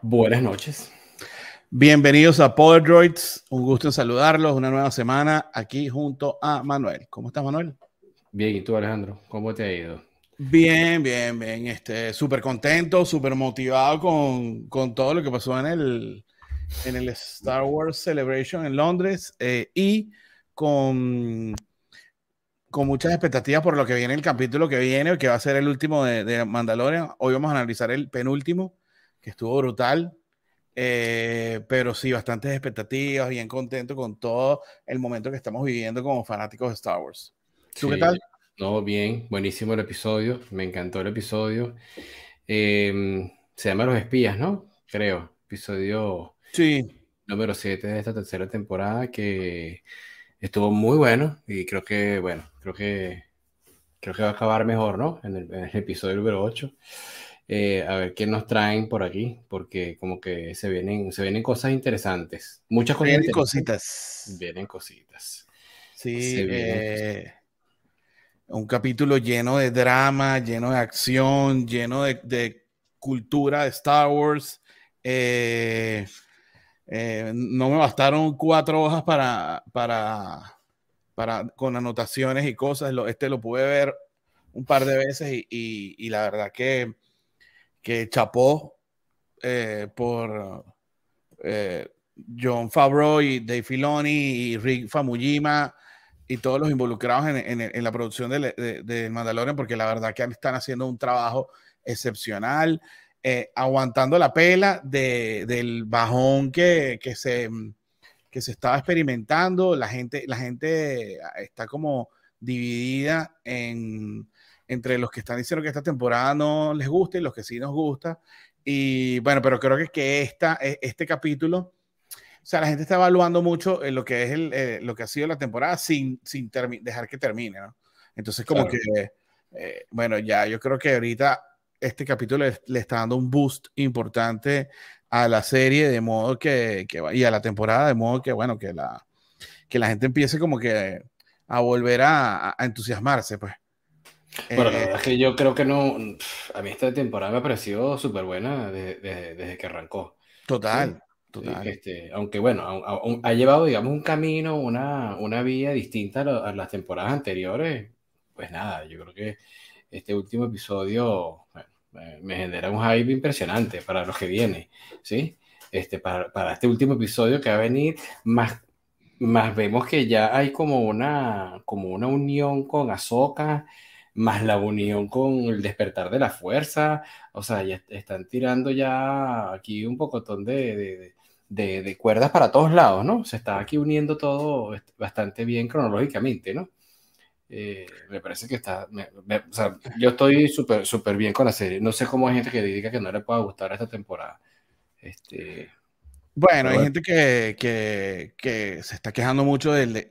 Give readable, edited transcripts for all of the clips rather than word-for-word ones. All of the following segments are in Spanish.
Buenas noches. Bienvenidos a Power Droids, un gusto en saludarlos, una nueva semana aquí junto a Manuel. ¿Cómo estás, Manuel? Bien, ¿y tú, Alejandro? ¿Cómo te ha ido? Bien, súper contento, súper motivado con todo lo que pasó en el Star Wars Celebration en Londres y con, con muchas expectativas por lo que viene el capítulo que viene, que va a ser el último de Mandalorian. Hoy vamos a analizar el penúltimo, que estuvo brutal. Pero sí, bastantes expectativas, bien contento con todo el momento que estamos viviendo como fanáticos de Star Wars. ¿Tú qué Sí, tal? no, bien, buenísimo el episodio, me encantó el episodio. Se llama Los Espías, ¿no? Creo, episodio Sí, número 7 de esta tercera temporada que estuvo muy bueno y creo que va a acabar mejor, ¿no? En el episodio número 8. A ver qué nos traen por aquí, porque como que se vienen cosas interesantes, muchas cosas vienen interesantes, cositas. vienen cositas, Sí, se vienen cosas. un capítulo lleno de drama, lleno de acción, lleno de cultura de Star Wars. Eh, no me bastaron 4 hojas con anotaciones y cosas. Este lo pude ver un par de veces y la verdad que chapó por eh, Jon Favreau y Dave Filoni y Rick Famujima y todos los involucrados en la producción de Mandalorian, porque la verdad que están haciendo un trabajo excepcional, aguantando la pela del bajón que se estaba experimentando. La gente está como dividida entre los que están diciendo que esta temporada no les gusta y los que sí nos gusta. Y bueno, pero creo que este capítulo, o sea, la gente está evaluando mucho lo que es lo que ha sido la temporada sin dejar que termine, ¿no? Entonces, como que, Claro. bueno, ya yo creo que ahorita este capítulo le está dando un boost importante a la serie, de modo y a la temporada, de modo que, bueno, que la gente empiece como que a volver a entusiasmarse, pues. Bueno, la Eh, verdad es que yo creo que no, a mí esta temporada me ha parecido súper buena desde que arrancó, ¿sí? total, total. Aunque bueno, ha llevado, digamos, un camino, una vía distinta a las temporadas anteriores, pues nada, yo creo que este último episodio, bueno, me genera un hype impresionante para los que viene, ¿sí? Para este último episodio que va a venir, más vemos que ya hay como una unión con Ahsoka, más la unión con el despertar de la fuerza. O sea, ya están tirando ya aquí un pocotón de cuerdas para todos lados, ¿no? Se está aquí uniendo todo bastante bien cronológicamente, ¿no? Me parece que o sea, yo estoy súper, súper bien con la serie. No sé cómo hay gente que diga que no le pueda gustar esta temporada. Este, Bueno, pero hay bueno, gente que se está quejando mucho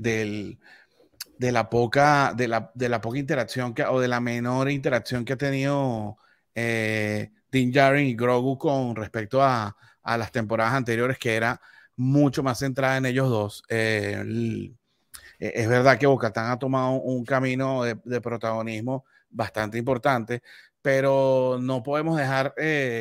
de la poca interacción o de la menor interacción que ha tenido Din Djarin y Grogu con respecto a las temporadas anteriores, que era mucho más centrada en ellos dos. Es verdad que Bo-Katan ha tomado un camino de protagonismo bastante importante, pero no podemos dejar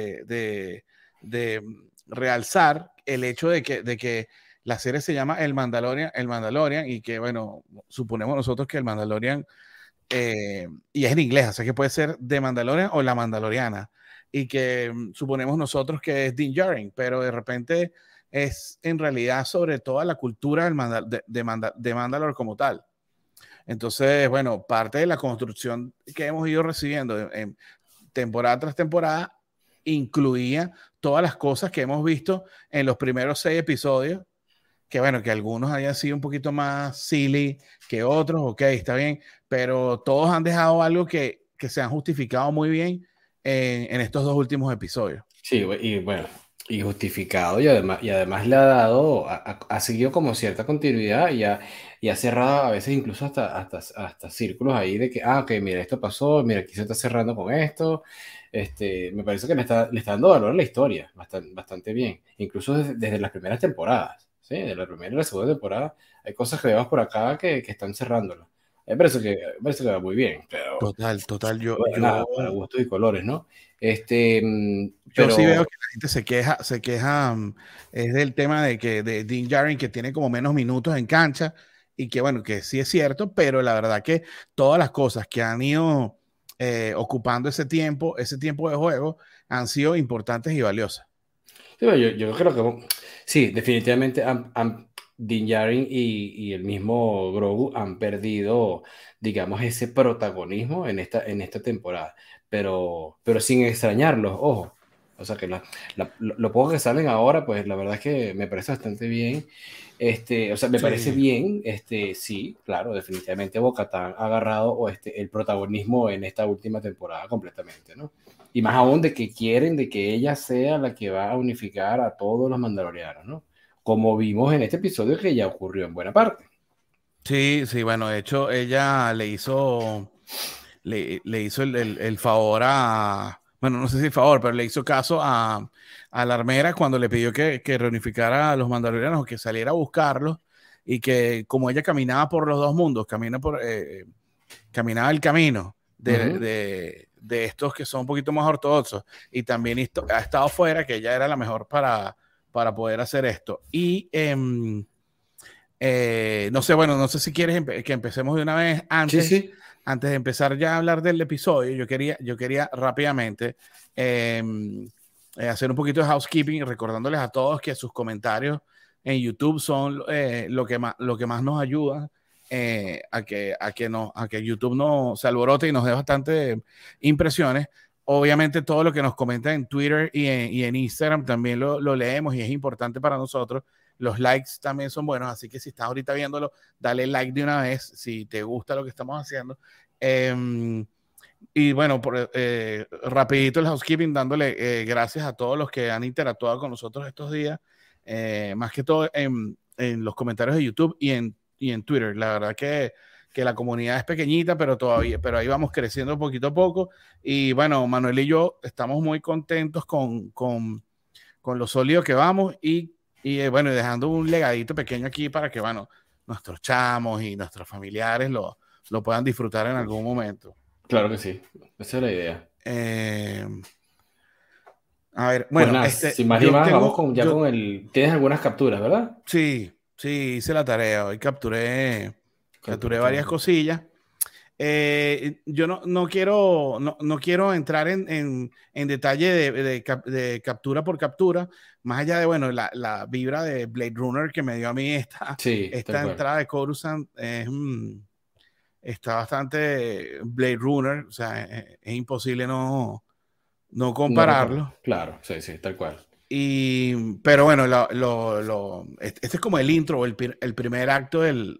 de realzar el hecho de que la serie se llama El Mandalorian, y que, bueno, suponemos nosotros que el Mandalorian, y es en inglés, así que puede ser de Mandalorian o la Mandaloriana, y que suponemos nosotros que es Din Djarin, pero de repente es en realidad sobre toda la cultura de Mandalore como tal. Entonces, bueno, parte de la construcción que hemos ido recibiendo en temporada tras temporada incluía todas las cosas que hemos visto en los primeros 6 episodios, que bueno, que algunos hayan sido un poquito más silly que otros, ok, está bien, pero todos han dejado algo que se han justificado muy bien en estos 2 últimos episodios. sí, y bueno, y justificado, y además le ha dado, ha seguido como cierta continuidad y ha cerrado a veces incluso hasta círculos ahí de que, ok, mira, esto pasó, mira, aquí se está cerrando con esto. Me parece que le está dando valor a la historia bastante, bastante bien, incluso desde las primeras temporadas, ¿sí? De la primera y la segunda temporada, hay cosas que vemos por acá que están cerrándolo. me parece que va muy bien, pero Total, bueno, nada, para gustos y colores, ¿no? yo sí veo Pero que la gente se queja, es del tema de que de Dean Djarin, que tiene como menos minutos en cancha, y que bueno, que sí es cierto, pero la verdad que todas las cosas que han ido ocupando ese tiempo de juego, han sido importantes y valiosas. sí, bueno, yo creo que sí, definitivamente Din Djarin y el mismo Grogu han perdido, digamos, ese protagonismo en esta temporada, pero sin extrañarlos, ojo. O sea que lo poco que salen ahora, pues la verdad es que me parece bastante bien. O sea, me parece Sí, bien, sí, claro, definitivamente Bo-Katan ha agarrado el protagonismo en esta última temporada completamente, ¿no? Y más aún de que quieren de que ella sea la que va a unificar a todos los mandalorianos, ¿no? Como vimos en este episodio que ya ocurrió en buena parte. sí, sí, bueno, de hecho ella le hizo el favor bueno, no sé si el favor, pero le hizo caso a la armera cuando le pidió que reunificara a los mandalorianos, que saliera a buscarlos, y que como ella caminaba por los dos mundos, caminaba el camino Ujú. de estos que son un poquito más ortodoxos, y también ha estado fuera, que ella era la mejor para poder hacer esto. Y no sé, bueno, no sé si quieres que empecemos de una vez Sí, sí. antes de empezar ya a hablar del episodio. Yo quería rápidamente eh, hacer un poquito de housekeeping, recordándoles a todos que sus comentarios en YouTube son lo que más nos ayuda a que YouTube no se alborote y nos dé bastante impresiones. Obviamente todo lo que nos comentan en Twitter y en Instagram también lo leemos y es importante para nosotros. Los likes también son buenos, así que si estás ahorita viéndolo, dale like de una vez si te gusta lo que estamos haciendo. Y bueno, rapidito el housekeeping, dándole gracias a todos los que han interactuado con nosotros estos días, más que todo en los comentarios de YouTube y en Twitter. La verdad que la comunidad es pequeñita, pero ahí vamos creciendo poquito a poco. Y bueno, Manuel y yo estamos muy contentos con lo sólido que vamos y bueno, dejando un legadito pequeño aquí para que, bueno, nuestros chamos y nuestros familiares lo puedan disfrutar en algún momento. Claro que sí. Esa es la idea. Eh, a ver, Pues bueno, nada, sin más ni más, vamos ya con el. Tienes algunas capturas, ¿verdad? sí, hice la tarea, hoy capturé Capturaste varias algo. cosillas. Yo no quiero entrar en detalle de captura por captura, más allá de, bueno, la vibra de Blade Runner que me dio a mí Sí, tal esta cual. entrada de Coruscant, está bastante Blade Runner, o sea, es imposible no No recuerdo. compararlo. Claro, sí, sí, tal cual. Pero bueno, este es como el intro o el primer acto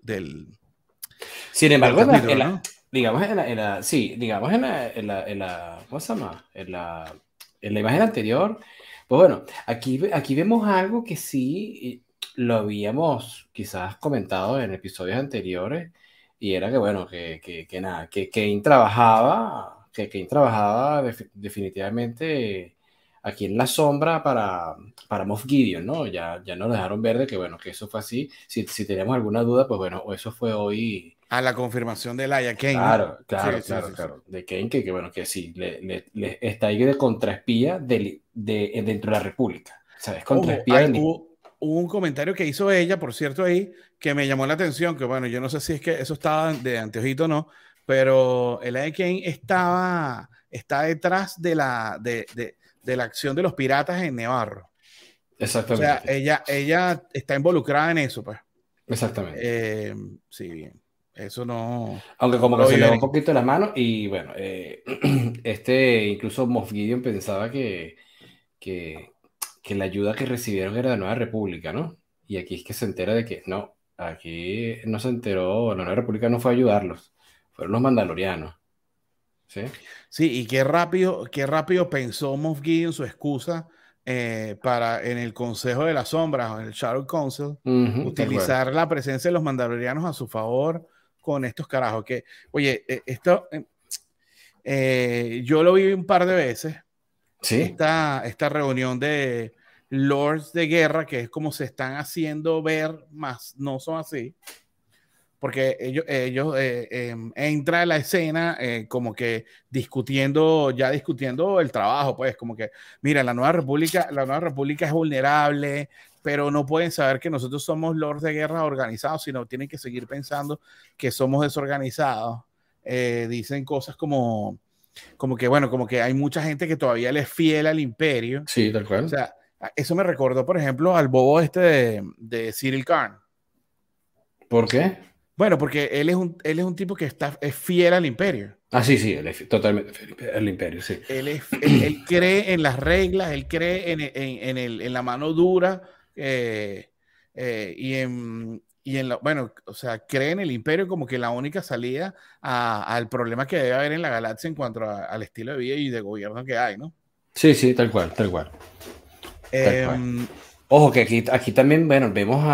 Sin del embargo, capítulo, ¿no? digamos sí, digamos ¿cómo se llama? En la imagen anterior, pues bueno, aquí vemos algo que sí lo habíamos quizás comentado en episodios anteriores, y era que, bueno, que nada, que Kane trabajaba definitivamente aquí en la sombra para Moff Gideon, ¿no? Ya nos dejaron ver de que, bueno, que eso fue así. Si tenemos alguna duda, pues bueno, eso fue hoy. A la confirmación de Laia Kane, ¿no? Claro, Sí, claro, sí, claro, sí, sí. claro. De Kane, que bueno, que sí, está ahí de contraespía dentro de la República. ¿Sabes? Ojo, Contraespía del. hubo un comentario que hizo ella, por cierto, ahí, que me llamó la atención, que bueno, yo no sé si es que eso estaba de anteojito o no, pero el Laia Kane está detrás de la acción de los piratas en Nevarro. O sea, Exactamente, ella está involucrada en eso, pues. exactamente. Eh, sí, bien. Eso Aunque no como que lo se vi le va un venir. poquito la mano y bueno, incluso Moff Gideon pensaba que, que la ayuda que recibieron era de Nueva República, ¿no? Y aquí es que se entera de que no, aquí no se enteró, la Nueva República no fue a ayudarlos, fueron los mandalorianos, ¿sí? Sí, y qué rápido pensó Moff Gideon su excusa para en el Consejo de las Sombras o en el Shadow Council Ujú, tal cual. utilizar la presencia de los mandalorianos a su favor con estos carajos. Que, oye, yo lo vi un par de veces, Sí, esta reunión de Lords de Guerra, que es como se están haciendo ver, más no son así. porque ellos entra a la escena como que discutiendo el trabajo, pues como que, mira, la nueva república es vulnerable, pero no pueden saber que nosotros somos lords de guerra organizados, sino tienen que seguir pensando que somos desorganizados. Dicen cosas como que, bueno, como que hay mucha gente que todavía le es fiel al imperio. Sí, tal O cual. sea, eso me recordó, por ejemplo, al bobo este de Cyril Karn. ¿Por qué? Bueno, porque él es un tipo que es fiel al imperio. Ah, sí, sí, totalmente el imperio, sí. Él cree en las reglas, él cree en la mano dura bueno, o sea, cree en el imperio como que la única salida al problema que debe haber en la galaxia en cuanto al estilo de vida y de gobierno que hay, ¿no? Sí, sí, tal cual, tal cual, tal cual. Em, Ojo que aquí también, bueno,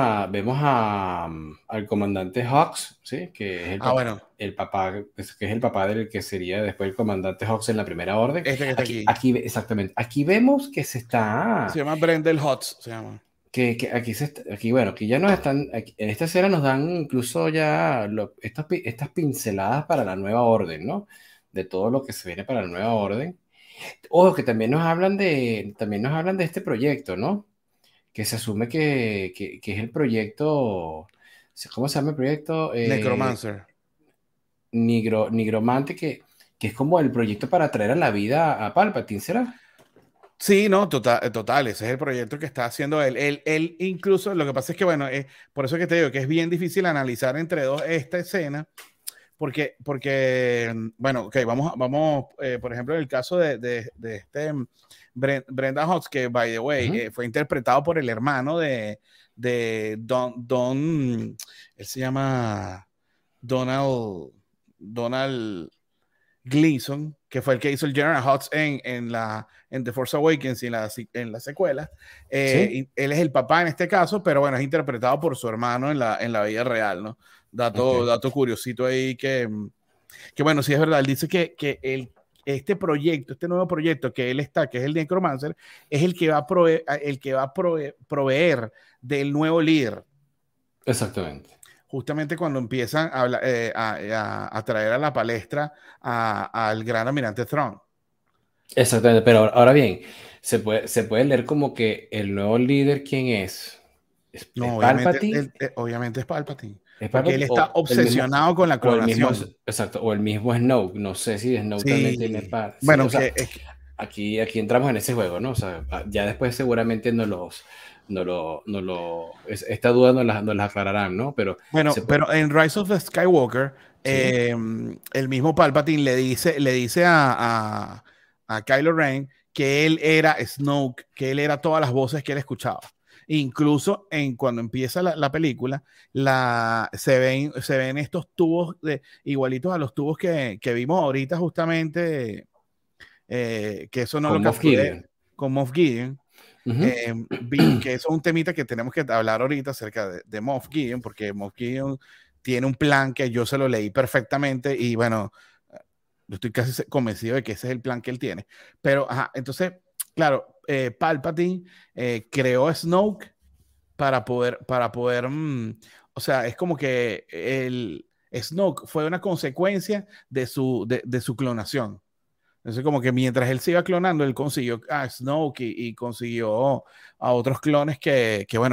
al comandante Hawks, ¿sí? Que es bueno, el papá, que es el papá del que sería después el comandante Hawks en la primera orden. este que está Aquí, aquí. aquí, exactamente, aquí vemos que se Se está, llama Brendel Hutz, se llama. que aquí, bueno, aquí ya nos están, en esta escena nos dan incluso ya estas pinceladas para la nueva orden, ¿no? De todo lo que se viene para la nueva orden. Ojo, que también nos hablan de este proyecto, ¿no? Que se asume que es el proyecto, ¿cómo se llama el proyecto? Necromancer. Nigromante, que es como el proyecto para traer a la vida a Palpatine, ¿será? Sí, no, total, ese es el proyecto que está haciendo él. Él incluso, lo que pasa es que, bueno, por eso que te digo que es bien difícil analizar entre dos esta escena, porque bueno, ok, vamos por ejemplo, en el caso de este Brenda Hawks, que, by the way, Ujú. fue interpretado por el hermano de él se llama Donald Gleason, que fue el que hizo el General Hux en The Force Awakens y en la secuela. Sí, Él es el papá en este caso, pero bueno, es interpretado por su hermano en la vida real, ¿no? ok. Dato curiosito ahí que bueno, sí es verdad, él dice este proyecto, este nuevo proyecto que él está, que es el Necromancer, es el que va a proveer del nuevo líder Exactamente. justamente cuando empiezan a traer a la palestra al gran almirante Thrawn. Exactamente, pero ahora bien, se puede leer como que el nuevo líder, ¿quién es? ¿Es No, Palpatine? obviamente es Palpatine, ¿Es porque él Palpatine? está O el mismo, obsesionado con la o el mismo, clonación. exacto, o el mismo Snoke. No sé si Snoke también tiene Sí, par. Sí, o bueno, sea, aquí entramos en ese juego, ¿no? O sea, ya después seguramente esta duda nos las aclararán, ¿no? Pero se bueno, puede, pero en Rise of the Skywalker, sí, el mismo Palpatine le dice a Kylo Ren que él era Snoke, que él era todas las voces que él escuchaba. Incluso cuando empieza la película, se ven estos tubos igualitos a los tubos que vimos ahorita justamente, que eso no lo con Moff capturé Gideon. con Moff Gideon. Ujú. Que eso es un temita que tenemos que hablar ahorita acerca de Moff Gideon, porque Moff Gideon tiene un plan que yo se lo leí perfectamente y bueno, yo estoy casi convencido de que ese es el plan que él tiene. Pero, ajá, entonces, claro, Palpatine creó a Snoke o sea, es como que el Snoke fue una consecuencia de su clonación. Entonces, como que mientras él se iba clonando, él consiguió a Snoke y consiguió a otros clones bueno,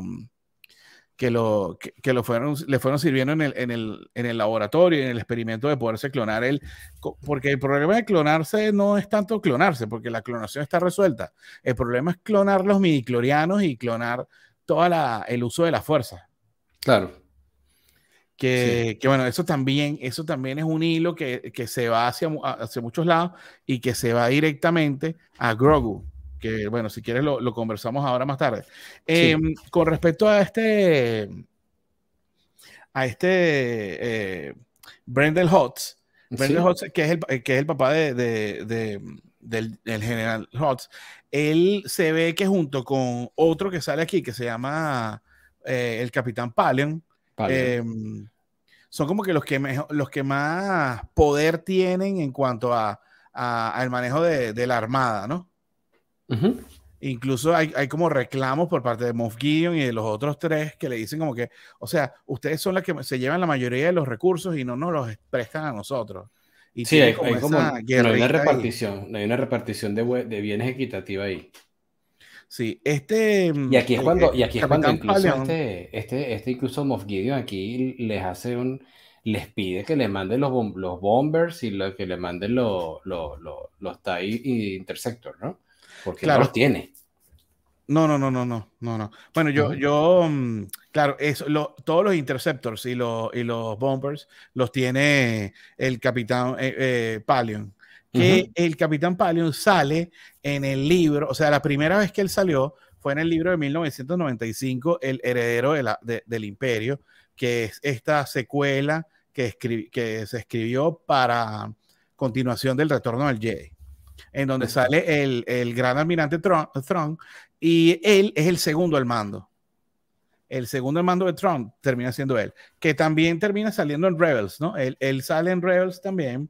que le fueron sirviendo en el laboratorio, en el experimento de poderse clonar él. Porque el problema de clonarse no es tanto clonarse, porque la clonación está resuelta. El problema es clonar los midichlorianos y clonar el uso de la fuerza. Claro, sí, Que bueno, eso también es un hilo que se va hacia muchos lados y que se va directamente a Grogu. Que bueno, si quieres lo conversamos ahora más tarde. sí, Con respecto a Brendel Hutz, sí, que es el papá del general Hutz, él se ve que junto con otro que sale aquí, que se llama el Capitán Palion, Palion. eh, son como que los que más poder tienen en cuanto al manejo de la armada, ¿no? Ujú. Incluso hay como reclamos por parte de Moff Gideon y de los otros tres que le dicen como que, o sea, ustedes son las que se llevan la mayoría de los recursos y no nos los prestan a nosotros. Y Sí, tienen como hay como, esa no hay una guerrita ahí. repartición, no hay una repartición de bienes equitativa ahí. Sí, Y aquí es cuando Capitán incluso Paleon, este incluso Moff Gideon aquí les pide que le manden los bombers y que le manden los TIE Interceptor, ¿no? Porque él no los claro, tiene. no. Bueno, Ujú, claro, todos los interceptors y los bombers los tiene el capitán Palion. Que ujú. el capitán Palion sale en el libro, o sea, la primera vez que él salió fue en el libro de 1995, El heredero del imperio, que es esta secuela que se escribió para continuación del Retorno del Jedi, en donde Ok. sale el gran almirante Thrawn, y él es el segundo al mando. El segundo al mando de Thrawn termina siendo él, que también termina saliendo en Rebels, ¿no? Él sale en Rebels también.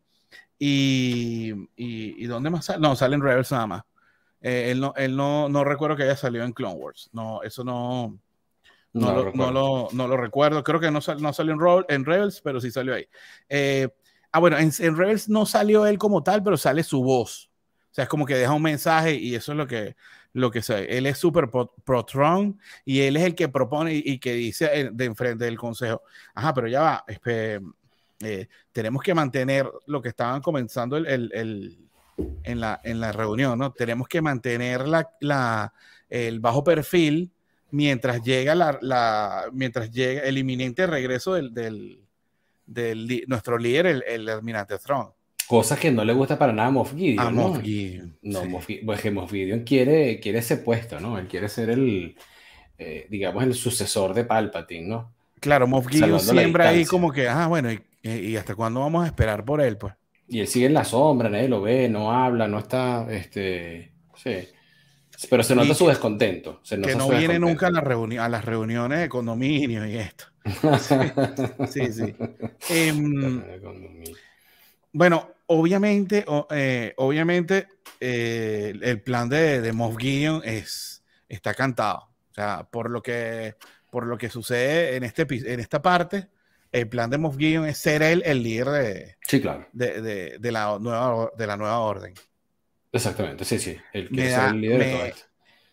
¿Y dónde más sale? No, sale en Rebels nada más. No recuerdo que haya salido en Clone Wars. No, eso No recuerdo. no lo recuerdo. Creo que no salió en Rebels, pero sí salió ahí. Bueno, en Rebels no salió él como tal, pero sale su voz. O sea, es como que deja un mensaje y eso es lo que sé. Él es súper pro-Tron y él es el que propone y que dice de enfrente del consejo, ajá, pero ya va, tenemos que mantener lo que estaban comenzando en la reunión, ¿no? Tenemos que mantener el bajo perfil mientras llega mientras llega el inminente regreso nuestro líder, el almirante Thrawn. Cosas que no le gusta para nada a Moff A Gideon, Moff ¿no? Gideon, No, sí. Pues que Moff Gideon quiere ese puesto, ¿no? Él quiere ser digamos, el sucesor de Palpatine, ¿no? Claro, Moff Gideon Salvando la siembra ahí distancia. como que, bueno, y hasta cuándo vamos a esperar por él, pues. Y él sigue en la sombra, nadie lo ve, no habla, no está, sí. Pero se nota Y su descontento, se que nota no su viene nunca a, descontento. a las reuniones de condominio y esto. Sí, sí. Em, Bueno, obviamente el plan de Moff Gideon está cantado. O sea, por lo que sucede en esta parte, el plan de Moff Gideon es ser él el líder Sí, claro. de la nueva orden. Exactamente, sí, sí. Él quiere Me ser da, el líder de todo me, esto.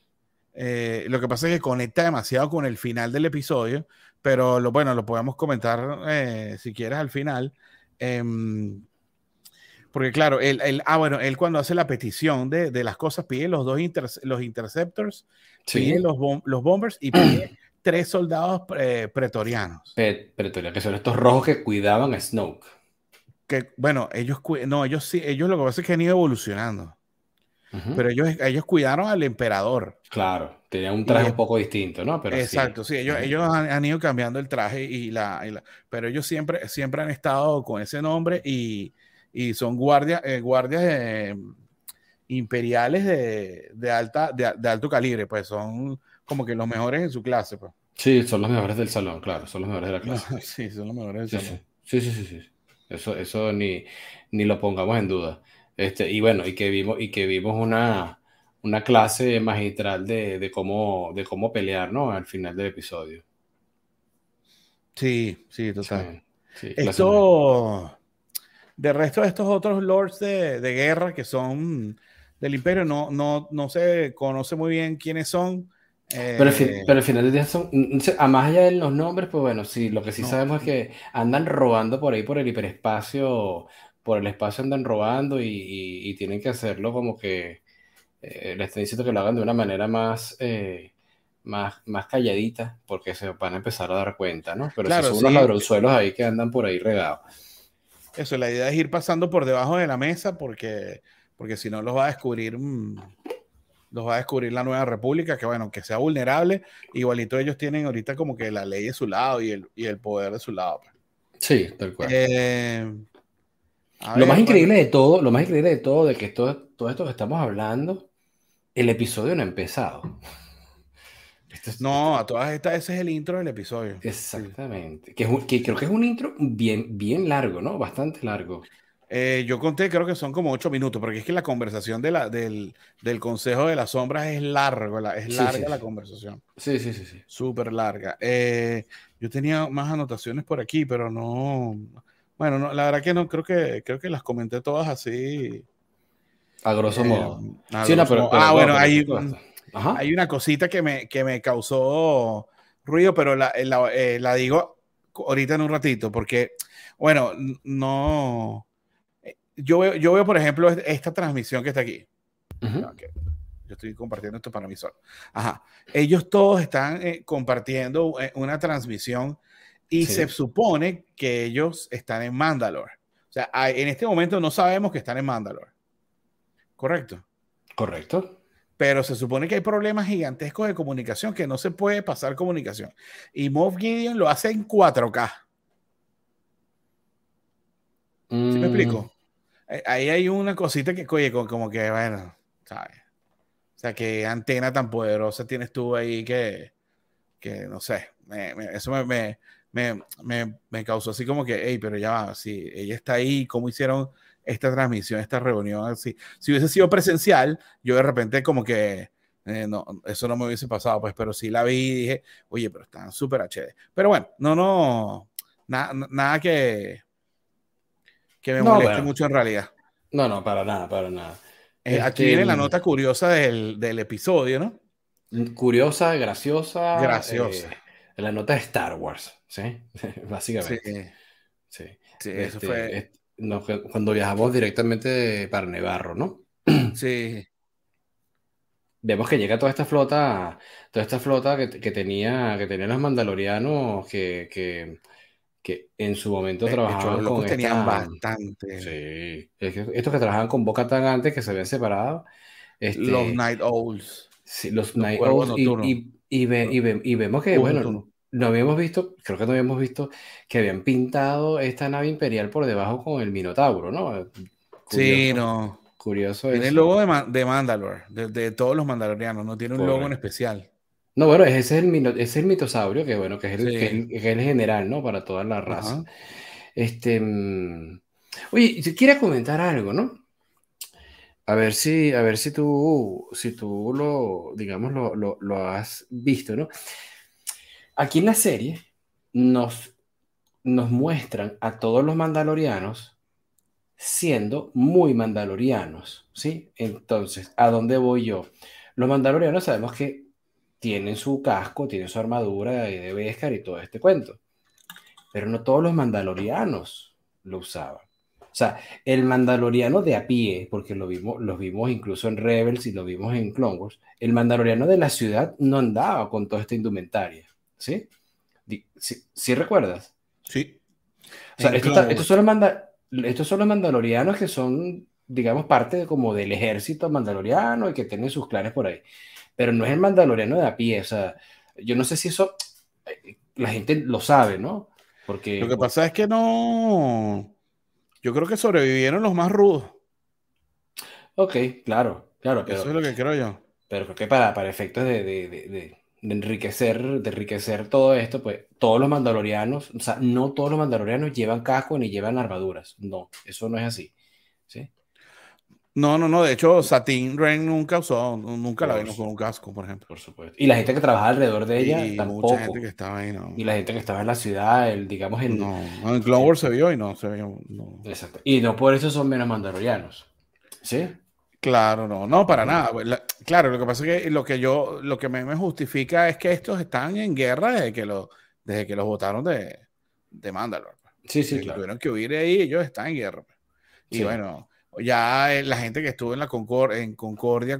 lo que pasa es que conecta demasiado con el final del episodio, pero bueno, lo podemos comentar si quieres al final. Em, Porque claro, bueno, él cuando hace la petición de las cosas pide los interceptors, pide Sí. los bombers y pide 3 soldados pretorianos. Pretoria, que son estos rojos que cuidaban a Snoke. Que bueno, no, ellos sí, ellos lo que pasa es que han ido evolucionando, Ujú. pero ellos cuidaron al emperador. Claro, tenía un Y traje un poco distinto, ¿no? Pero sí. exacto, sí, Ujú. ellos han ido cambiando el traje pero ellos siempre han estado con ese nombre y son guardias imperiales de alto calibre, pues son como que los mejores en su clase, pues. Sí, son los mejores del salón, claro, son los mejores de la No, clase. sí, son los mejores del Sí, sí. salón. Sí, sí, sí, sí. Eso ni lo pongamos en duda. Y bueno, y que vimos una clase magistral de cómo pelear, ¿no? Al final del episodio. Sí, sí, Sí, total. sí, clase magistral. Esto, de resto de estos otros lords de guerra que son del imperio, no se conoce muy bien quiénes son. Pero al final del día son, a más allá de los nombres, pues bueno, sí, lo que sí No, sabemos es que andan robando por ahí por el hiperespacio, por el espacio andan robando y tienen que hacerlo como que les estoy diciendo que lo hagan de una manera más calladita, porque se van a empezar a dar cuenta, ¿no? Pero sí claro, son unos sí, ladronzuelos ahí que andan por ahí regados. eso, la idea es ir pasando por debajo de la mesa porque si no los va a descubrir. Los va a descubrir la nueva república, que bueno, que sea vulnerable, igualito ellos tienen ahorita como que la ley de su lado y el poder de su lado, pues. Sí, tal cual. Eh, a ver, bueno, Lo más increíble de todo, de que todo esto que estamos hablando, el episodio no ha empezado. no, a todas estas, ese es el intro del episodio. Sí. Exactamente. Que creo que es un intro bien largo, ¿no? Bastante largo. Yo conté, creo que son como 8 minutos, porque es que la conversación del Consejo de las Sombras es es Sí, sí, larga la sí. conversación, Sí, sí, sí, sí. súper larga. Yo tenía más anotaciones por aquí, pero no, bueno, no, la verdad que no, creo que las comenté todas así, A grosso eh, modo. a Sí, no, grosso modo. pero, wow, Bueno, pero qué cosa. hay Ajá. una cosita que me causó ruido, pero la digo ahorita en un ratito, porque, bueno, no. Yo veo, por ejemplo, esta transmisión que está aquí. Ujú. Ya, que yo estoy compartiendo esto para mí solo. Ajá. Ellos todos están compartiendo una transmisión y se Sí, supone que ellos están en Mandalore. O sea, en este momento no sabemos que están en Mandalore. Correcto. correcto. Pero se supone que hay problemas gigantescos de comunicación que no se puede pasar comunicación. Y Moff Gideon lo hace en 4K. ¿Sí me Mm, explico? Ahí hay una cosita que, oye, como que, bueno, ¿sabes? O sea, qué antena tan poderosa tienes tú ahí que no sé, eso me causó así como que, hey, pero ya va, si ella está ahí, ¿cómo hicieron esta transmisión, esta reunión? Así? Si hubiese sido presencial, yo de repente como que, no, eso no me hubiese pasado, pues, pero sí la vi y dije, oye, pero están súper HD. Pero bueno, nada que me no, moleste bueno, mucho en realidad. no, no, para nada, para nada. Aquí Este, viene la nota curiosa del episodio, ¿no? curiosa, graciosa, Graciosa. la nota de Star Wars, ¿sí? Sí, Básicamente, sí. sí, eso fue. Cuando viajamos directamente para Nevarro, ¿no? Sí, Vemos que llega toda esta flota que tenían los mandalorianos que en su momento hecho, los trabajaban con locos tenían esta, bastante. sí, estos que trabajaban con Bo-Katan antes, que se habían separado, Los este, Night Owls, sí, los los Night cuervos Owls, nocturnos. y vemos que, Búhos bueno, nocturnos. no habíamos visto, creo que no habíamos visto que habían pintado esta nave imperial por debajo con el Minotauro, ¿no? Sí, Curioso, no. curioso Tiene el eso. logo de Mandalore, de todos los mandalorianos, no tiene un logo en Correcto. especial. No, bueno, ese es ese es el mitosaurio, que bueno, Sí, que es el general, ¿no? Para toda la raza. ajá. Este, oye, si quieres comentar algo, ¿no? A ver si tú lo, digamos, lo has visto, ¿no? Aquí en la serie nos, nos muestran a todos los mandalorianos siendo muy mandalorianos, ¿sí? Entonces, ¿a dónde voy yo? Los mandalorianos sabemos que tienen su casco, tienen su armadura de Beskar y todo este cuento, pero no todos los mandalorianos lo usaban. O sea, el mandaloriano de a pie, porque los vimos incluso en Rebels y lo vimos en Clone Wars, el mandaloriano de la ciudad no andaba con toda esta indumentaria, ¿sí? ¿Sí, sí recuerdas? Sí, O sea, en Clone Wars. estos son los mandalorianos que son, digamos, parte como del ejército mandaloriano y que tienen sus clanes por ahí. Pero no es el mandaloriano de a pie. O sea, yo no sé si eso la gente lo sabe, ¿no? Lo Porque, que pasa es que no. Yo creo que sobrevivieron los más rudos. ok, claro, claro, Eso es lo que creo yo. pero creo que para efectos de enriquecer todo esto, pues todos los mandalorianos, o sea, no todos los mandalorianos llevan casco ni llevan armaduras. No, eso no es así. ¿Sí? No. De hecho, Satine Ren nunca usó, nunca la Por, vimos con un casco, por ejemplo. por supuesto. Y la gente que trabajaba alrededor de ella Y mucha gente que tampoco. estaba ahí, no. Y la gente que estaba en la ciudad, digamos, No, en Clone Wars se vio y no se vio. No. exacto. Y no por eso son menos mandalorianos. ¿Sí? Claro, no, para No. nada. Pues, claro, lo que pasa es que lo que me justifica es que estos están en guerra desde que los votaron de Mandalore, pues. Sí, sí, Desde que claro. tuvieron que huir de ahí, ellos están en guerra, pues. Y Sí. bueno, ya la gente que estuvo en Concordia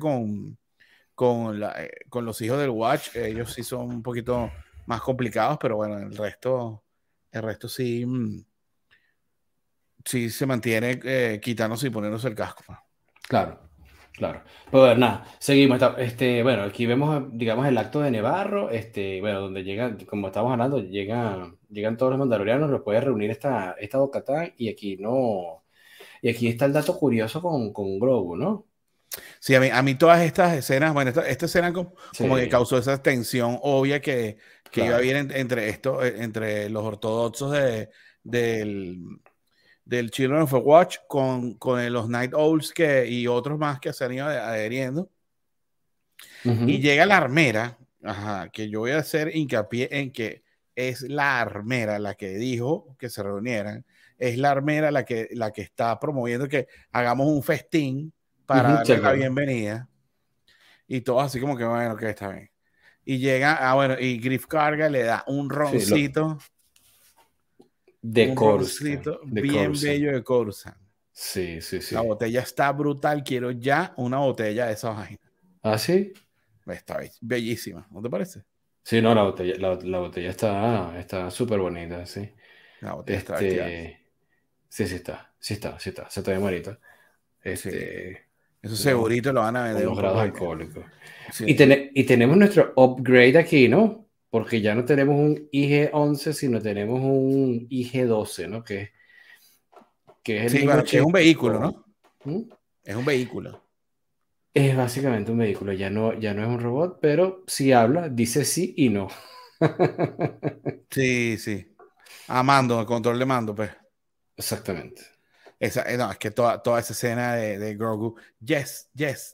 con los hijos del Watch, ellos sí son un poquito más complicados, pero bueno, el resto sí, sí se mantiene quitándose y poniéndose el casco, pues. Claro, claro. Pues bueno, nada, seguimos. Bueno, aquí vemos, digamos, el acto de Nevarro, bueno, donde llegan, como estamos hablando, llegan todos los mandalorianos, los puede reunir esta Bo-Katan, y aquí no, y aquí está el dato curioso con Grogu, ¿no? Sí, a mí todas estas escenas, bueno, esta escena como que Sí, causó esa tensión obvia que iba a claro. haber entre los ortodoxos del, del Children of the Watch con los Night Owls y otros más que se han ido adheriendo. Y llega la armera, que yo voy a hacer hincapié en que es la armera la que dijo que se reunieran, es la armera la que está promoviendo que hagamos un festín para darle la bienvenida. Y todo así como que bueno, que está bien. Y llega, bueno, y Griff Karga le da un roncito. De Coruscant. Bien bello de Coruscant. Sí. La botella está brutal. Quiero ya una botella de esa vaina. ¿Ah, sí? Está bellísima, ¿no te parece? Sí, no, la botella está súper bonita, sí. La botella está bestial. Sí está. Se te ve bonito. Sí. Eso segurito lo van a vender. Con los grados alcohólicos. Sí. Y tenemos nuestro upgrade aquí, ¿no? Porque ya no tenemos un IG-11, sino tenemos un IG-12, ¿no? Que es el mismo que es un vehículo, ¿no? ¿Mm? Es un vehículo. Es básicamente un vehículo, ya no es un robot, pero sí habla, dice sí y no. Sí. Mando, el control de mando, pues. Exactamente. Es que toda esa escena de Grogu, yes.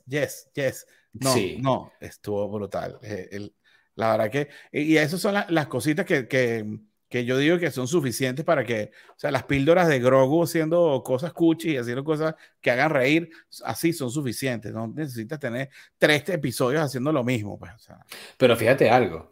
No, estuvo brutal. La verdad que, y esas son las cositas que yo digo que son suficientes para que, o sea, las píldoras de Grogu haciendo cosas cuchi y haciendo cosas que hagan reír, así son suficientes. No necesitas tener 3 episodios haciendo lo mismo, pues. O sea. Pero fíjate algo.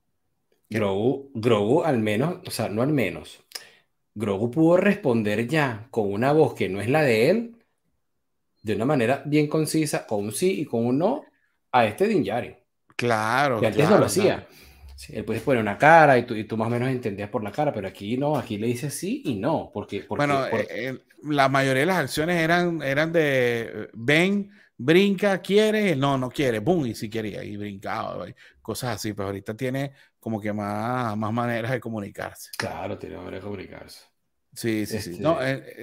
Grogu al menos, o sea, no al menos. Grogu pudo responder ya con una voz que no es la de él, de una manera bien concisa, con un sí y con un no, a este Din Djarin. Claro, Que antes no lo hacía. Sí, él puede poner una cara y tú más o menos entendías por la cara, pero aquí no, aquí le dices sí y no. Bueno, la mayoría de las acciones eran de ven, brinca, quiere, no quiere, boom, y si quería, y brincaba, cosas así, pero ahorita tiene como que más maneras de comunicarse. Claro, tiene manera de comunicarse. Sí. No,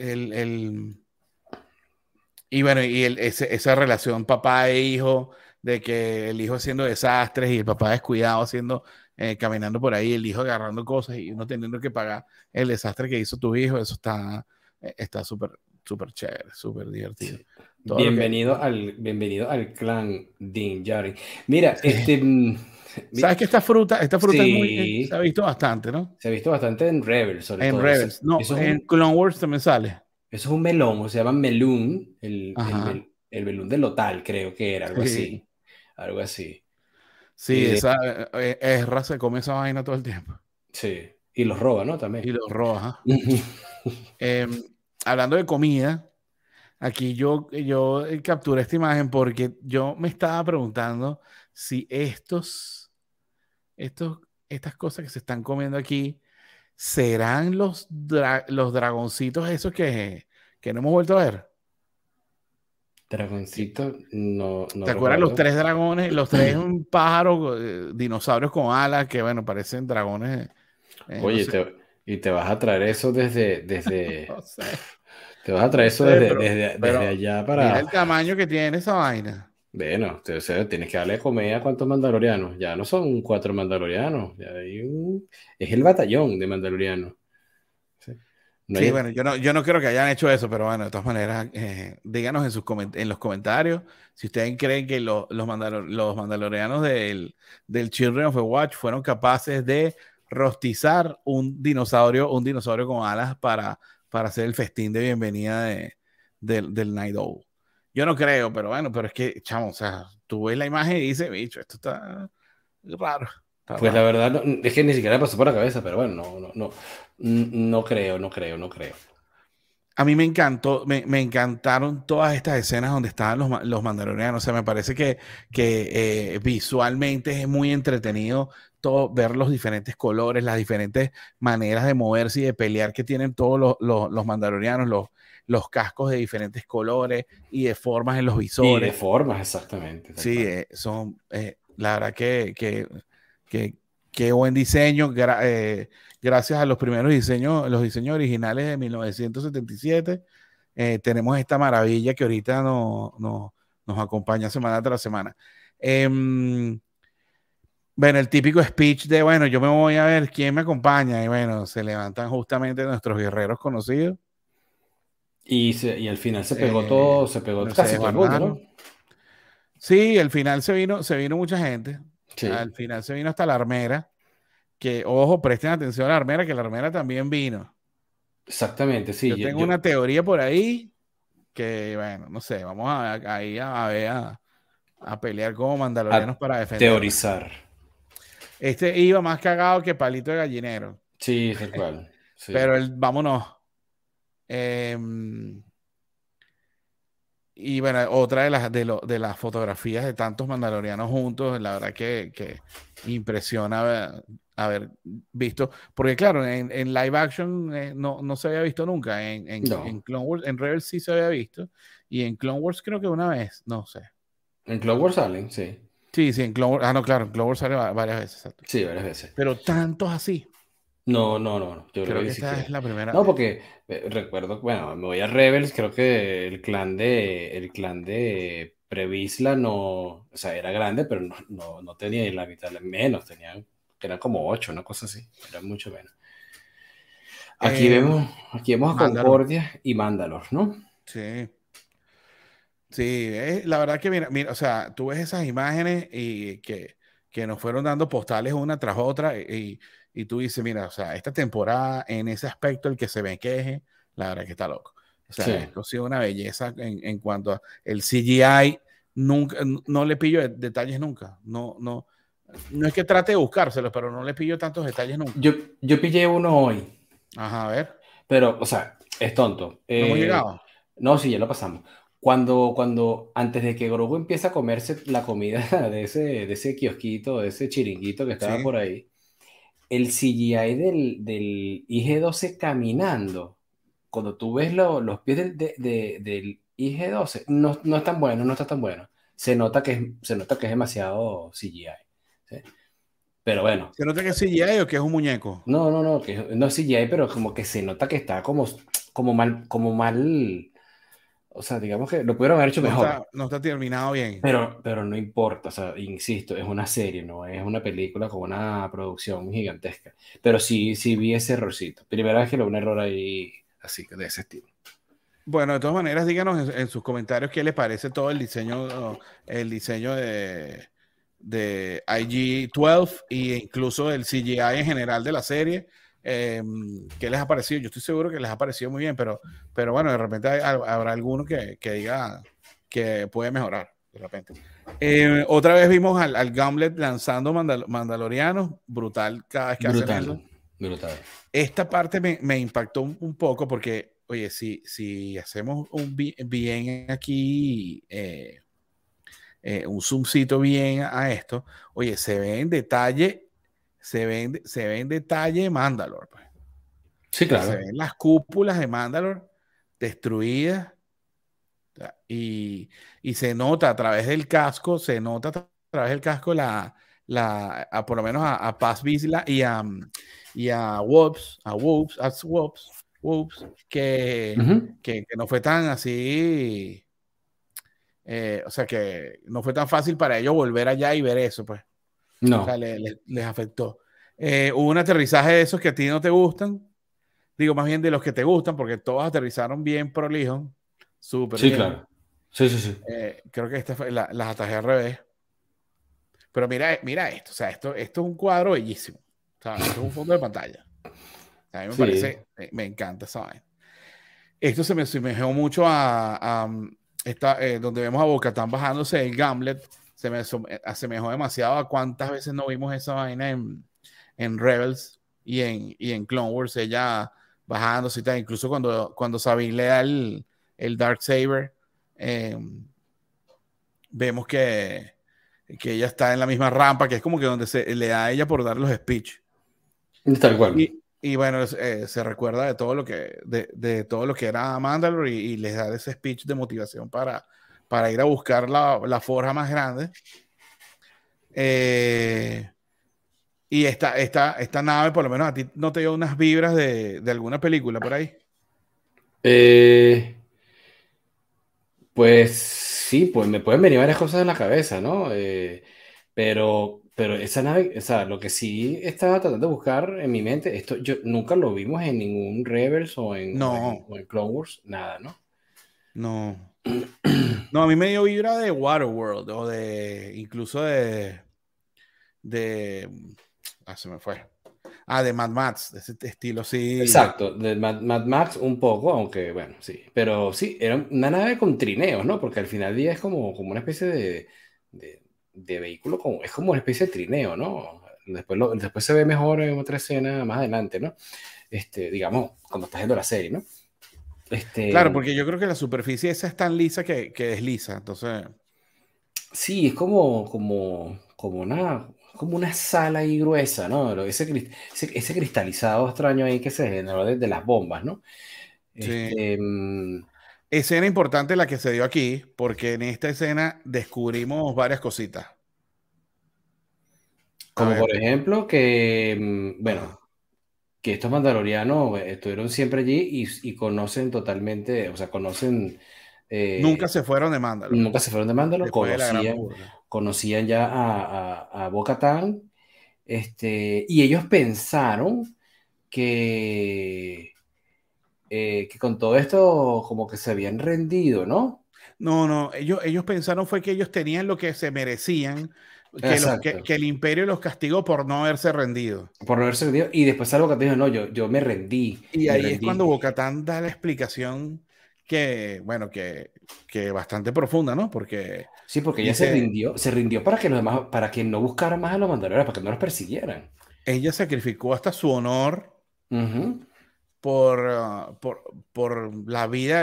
y bueno, esa relación papá e hijo, de que el hijo haciendo desastres y el papá descuidado haciendo, caminando por ahí, el hijo agarrando cosas y uno teniendo que pagar el desastre que hizo tu hijo, eso está súper chévere, súper divertido. Sí. Bienvenido al clan Din Djarin. Mira, ¿sabes que esta fruta sí, se ha visto bastante, ¿no? se ha visto bastante en Rebels, sobre todo. En Rebels, no, en Clone Wars también sale. Eso es un melón, o se llama melún, el melún de Lotal, creo que era, algo así. Algo así. Sí, esa Ezra se come esa vaina todo el tiempo. Sí, y los roba, ¿no? También. Y los roba. Hablando de comida, aquí yo capturé esta imagen porque yo me estaba preguntando si estas cosas que se están comiendo aquí serán los dragoncitos esos que no hemos vuelto a ver. Dragoncito, no ¿Te acuerdas los 3 dragones? Los 3 pájaros, dinosaurios con alas que, bueno, parecen dragones. Oye, no sé. y te vas a traer eso desde No sé. te vas a traer eso desde allá para... Mira el tamaño que tiene esa vaina. Bueno, tienes que darle comer a cuántos mandalorianos. Ya no son 4 mandalorianos, ya es el batallón de mandalorianos. Sí, bueno, yo no creo que hayan hecho eso, pero bueno, de todas maneras, díganos en los comentarios si ustedes creen que los mandalorianos del Children of the Watch fueron capaces de rostizar un dinosaurio con alas para hacer el festín de bienvenida del Night Owl. Yo no creo, pero bueno, pero es que, chamo, o sea, tú ves la imagen y dices, bicho, esto está raro. Pues la verdad, es que ni siquiera me pasó por la cabeza, pero bueno, no creo. A mí me encantó, me encantaron todas estas escenas donde estaban los mandalorianos. O sea, me parece que visualmente es muy entretenido ver los diferentes colores, las diferentes maneras de moverse y de pelear que tienen todos los mandalorianos, los cascos de diferentes colores y de formas en los visores. Y de formas, exactamente. Sí, son, la verdad que buen diseño. Gracias a los primeros diseños, los diseños originales de 1977, tenemos esta maravilla que ahorita nos acompaña semana tras semana. Bueno, el típico speech de, bueno, yo me voy a ver quién me acompaña, y bueno, se levantan justamente nuestros guerreros conocidos. Y al final se pegó no se casi dejó todo el mundo, ¿no? armar. Sí, al final se vino mucha gente. Sí, Al final se vino hasta la armera. Que, ojo, presten atención a la armera, que la armera también vino. exactamente, sí. Yo tengo una teoría por ahí que, bueno, no sé, vamos ahí a ver a pelear como mandalorianos A para defenderla. teorizar. Este iba más cagado que palito de gallinero. Sí, tal cual. Sí. Pero vámonos. Em, y bueno, otra de las fotografías de tantos mandalorianos juntos, la verdad que impresiona haber visto, porque claro, en live action no se había visto nunca, en No. Clone Wars, en Rebels sí se había visto, y en Clone Wars creo que una vez, no sé. En Clone Wars salen, sí. Sí, sí, en Clone Wars, no, claro, en Clone Wars sale varias veces, exacto. Sí, varias veces. Pero tantos así, No, no, no, no, yo creo que creo ni que esta es siquiera. la primera No, vez. porque recuerdo, bueno, me voy a Rebels, creo que el clan de Previsla no, o sea, era grande, pero no tenía ni la mitad, menos, eran como 8, una cosa así, era mucho menos. Aquí Eh, vemos, aquí vemos a Mandalor, Concordia y Mandalor, ¿no? sí. Sí, la verdad que mira, o sea, tú ves esas imágenes y que nos fueron dando postales una tras otra y tú dices, mira, o sea, esta temporada en ese aspecto el que se me queje, la verdad que está loco. O Sí. sea, esto ha sido una belleza en cuanto a el CGI, nunca, no le pillo detalles nunca. No es que trate de buscárselos, pero no le pillo tantos detalles nunca. Yo pillé uno hoy, Ajá, a ver, pero, o sea, es tonto. no hemos llegado. No, sí, ya lo pasamos. Antes de que Grogu empieza a comerse la comida de ese kiosquito, de ese chiringuito que estaba Sí. por ahí, el CGI del IG-12 caminando, cuando tú ves los pies del IG-12, no es tan bueno, no está tan bueno. Se nota que es demasiado CGI. ¿Sí? Pero bueno, ¿Se nota que es CGI o que es un muñeco? no, no es CGI, pero como que se nota que está como mal, o sea, digamos que lo pudieron haber hecho mejor. No está terminado bien. Pero no importa, o sea, insisto, es una serie, no es una película con una producción gigantesca. Pero sí vi ese errorcito. Primera vez que lo veo un error ahí, así que de ese estilo. Bueno, de todas maneras, díganos en sus comentarios qué les parece todo el diseño de IG-12 e incluso el CGI en general de la serie. ¿Qué les ha parecido? Yo estoy seguro que les ha parecido muy bien, pero bueno, de repente habrá alguno que diga que puede mejorar, de repente. Otra vez vimos al Gauntlet lanzando mandalorianos, brutal cada vez que hacen eso. Brutal, brutal. Esta parte me impactó un poco porque, oye, si hacemos bien aquí, un zoomcito bien a esto, oye, se ve en detalle, se ve en detalle Mandalore, pues. Sí, O sea, se claro. ven las cúpulas de Mandalore destruidas, o sea, y se nota a través del casco, se nota a través del casco por lo menos a Paz Vizsla y a Wops, Ujú. que no fue tan así, o sea, que no fue tan fácil para ellos volver allá y ver eso, pues. O sea, No, les afectó. Hubo un aterrizaje de esos que a ti no te gustan, digo más bien de los que te gustan, porque todos aterrizaron bien prolijo, súper sí, bien. claro. Sí, sí, sí. Creo que las atajé al revés. Pero mira esto, o sea, esto es un cuadro bellísimo. O sea, esto es un fondo de pantalla. A mí me Sí. parece, me encanta esa vaina. Esto se me asemejó mucho donde vemos a Bo-Katan bajándose el Gauntlet. Se me asemejó demasiado a cuántas veces no vimos esa vaina en Rebels y en Clone Wars, ella bajándose y tal. Incluso cuando Sabine le da el Darksaber, eh, vemos que ella está en la misma rampa, que es como que donde se le da a ella por dar los speech. Tal cual. Y bueno, se recuerda de todo lo que era Mandalore y les da ese speech de motivación para ir a buscar la forja más grande. Y esta nave, por lo menos a ti, ¿no te dio unas vibras de alguna película por ahí? Eh, pues sí, pues me pueden venir varias cosas en la cabeza, ¿no? Pero esa nave, o sea, lo que sí estaba tratando de buscar en mi mente, esto yo nunca lo vimos en ningún Rebels No, o en Clone Wars, nada, ¿no? no. No, a mí me dio vibra de Waterworld o de incluso de se me fue. Ah, de Mad Max, de ese estilo, sí. Exacto, de Mad Max un poco, aunque bueno, sí. Pero sí, era una nave con trineos, ¿no? Porque al final del día es como una especie de vehículo, es como una especie de trineo, ¿no? Después se ve mejor en otra escena más adelante, ¿no? Digamos, cuando estás viendo la serie, ¿no? Claro, Este, porque yo creo que la superficie esa es tan lisa que desliza. Entonces, sí, es como una sala ahí gruesa, ¿no? Ese cristalizado extraño ahí que se generó de las bombas, ¿no? sí. Este, mm, Escena importante la que se dio aquí, porque en esta escena descubrimos varias cositas. A Como ver, por ejemplo que, ajá. bueno, que estos mandalorianos estuvieron siempre allí y conocen totalmente, o sea, Nunca eh, se fueron de Mandalore nunca se fueron de Mandalore, después de la Gran Purga. conocían ya a Bo-Katan, y ellos pensaron que, que con todo esto como que se habían rendido, ¿no? No, no, ellos pensaron fue que ellos tenían lo que se merecían, Exacto. que el imperio los castigó por no haberse rendido. Por no haberse rendido. Y después algo que dijo, no, yo Y me ahí es cuando rendí. Bocatán da la explicación que, bueno, que bastante profunda, ¿no? Porque Sí, porque ella dice, se rindió para que los demás, para que no buscaran más a los mandalorianos, para que no los persiguieran. ella sacrificó hasta su honor Ujú. por, por la vida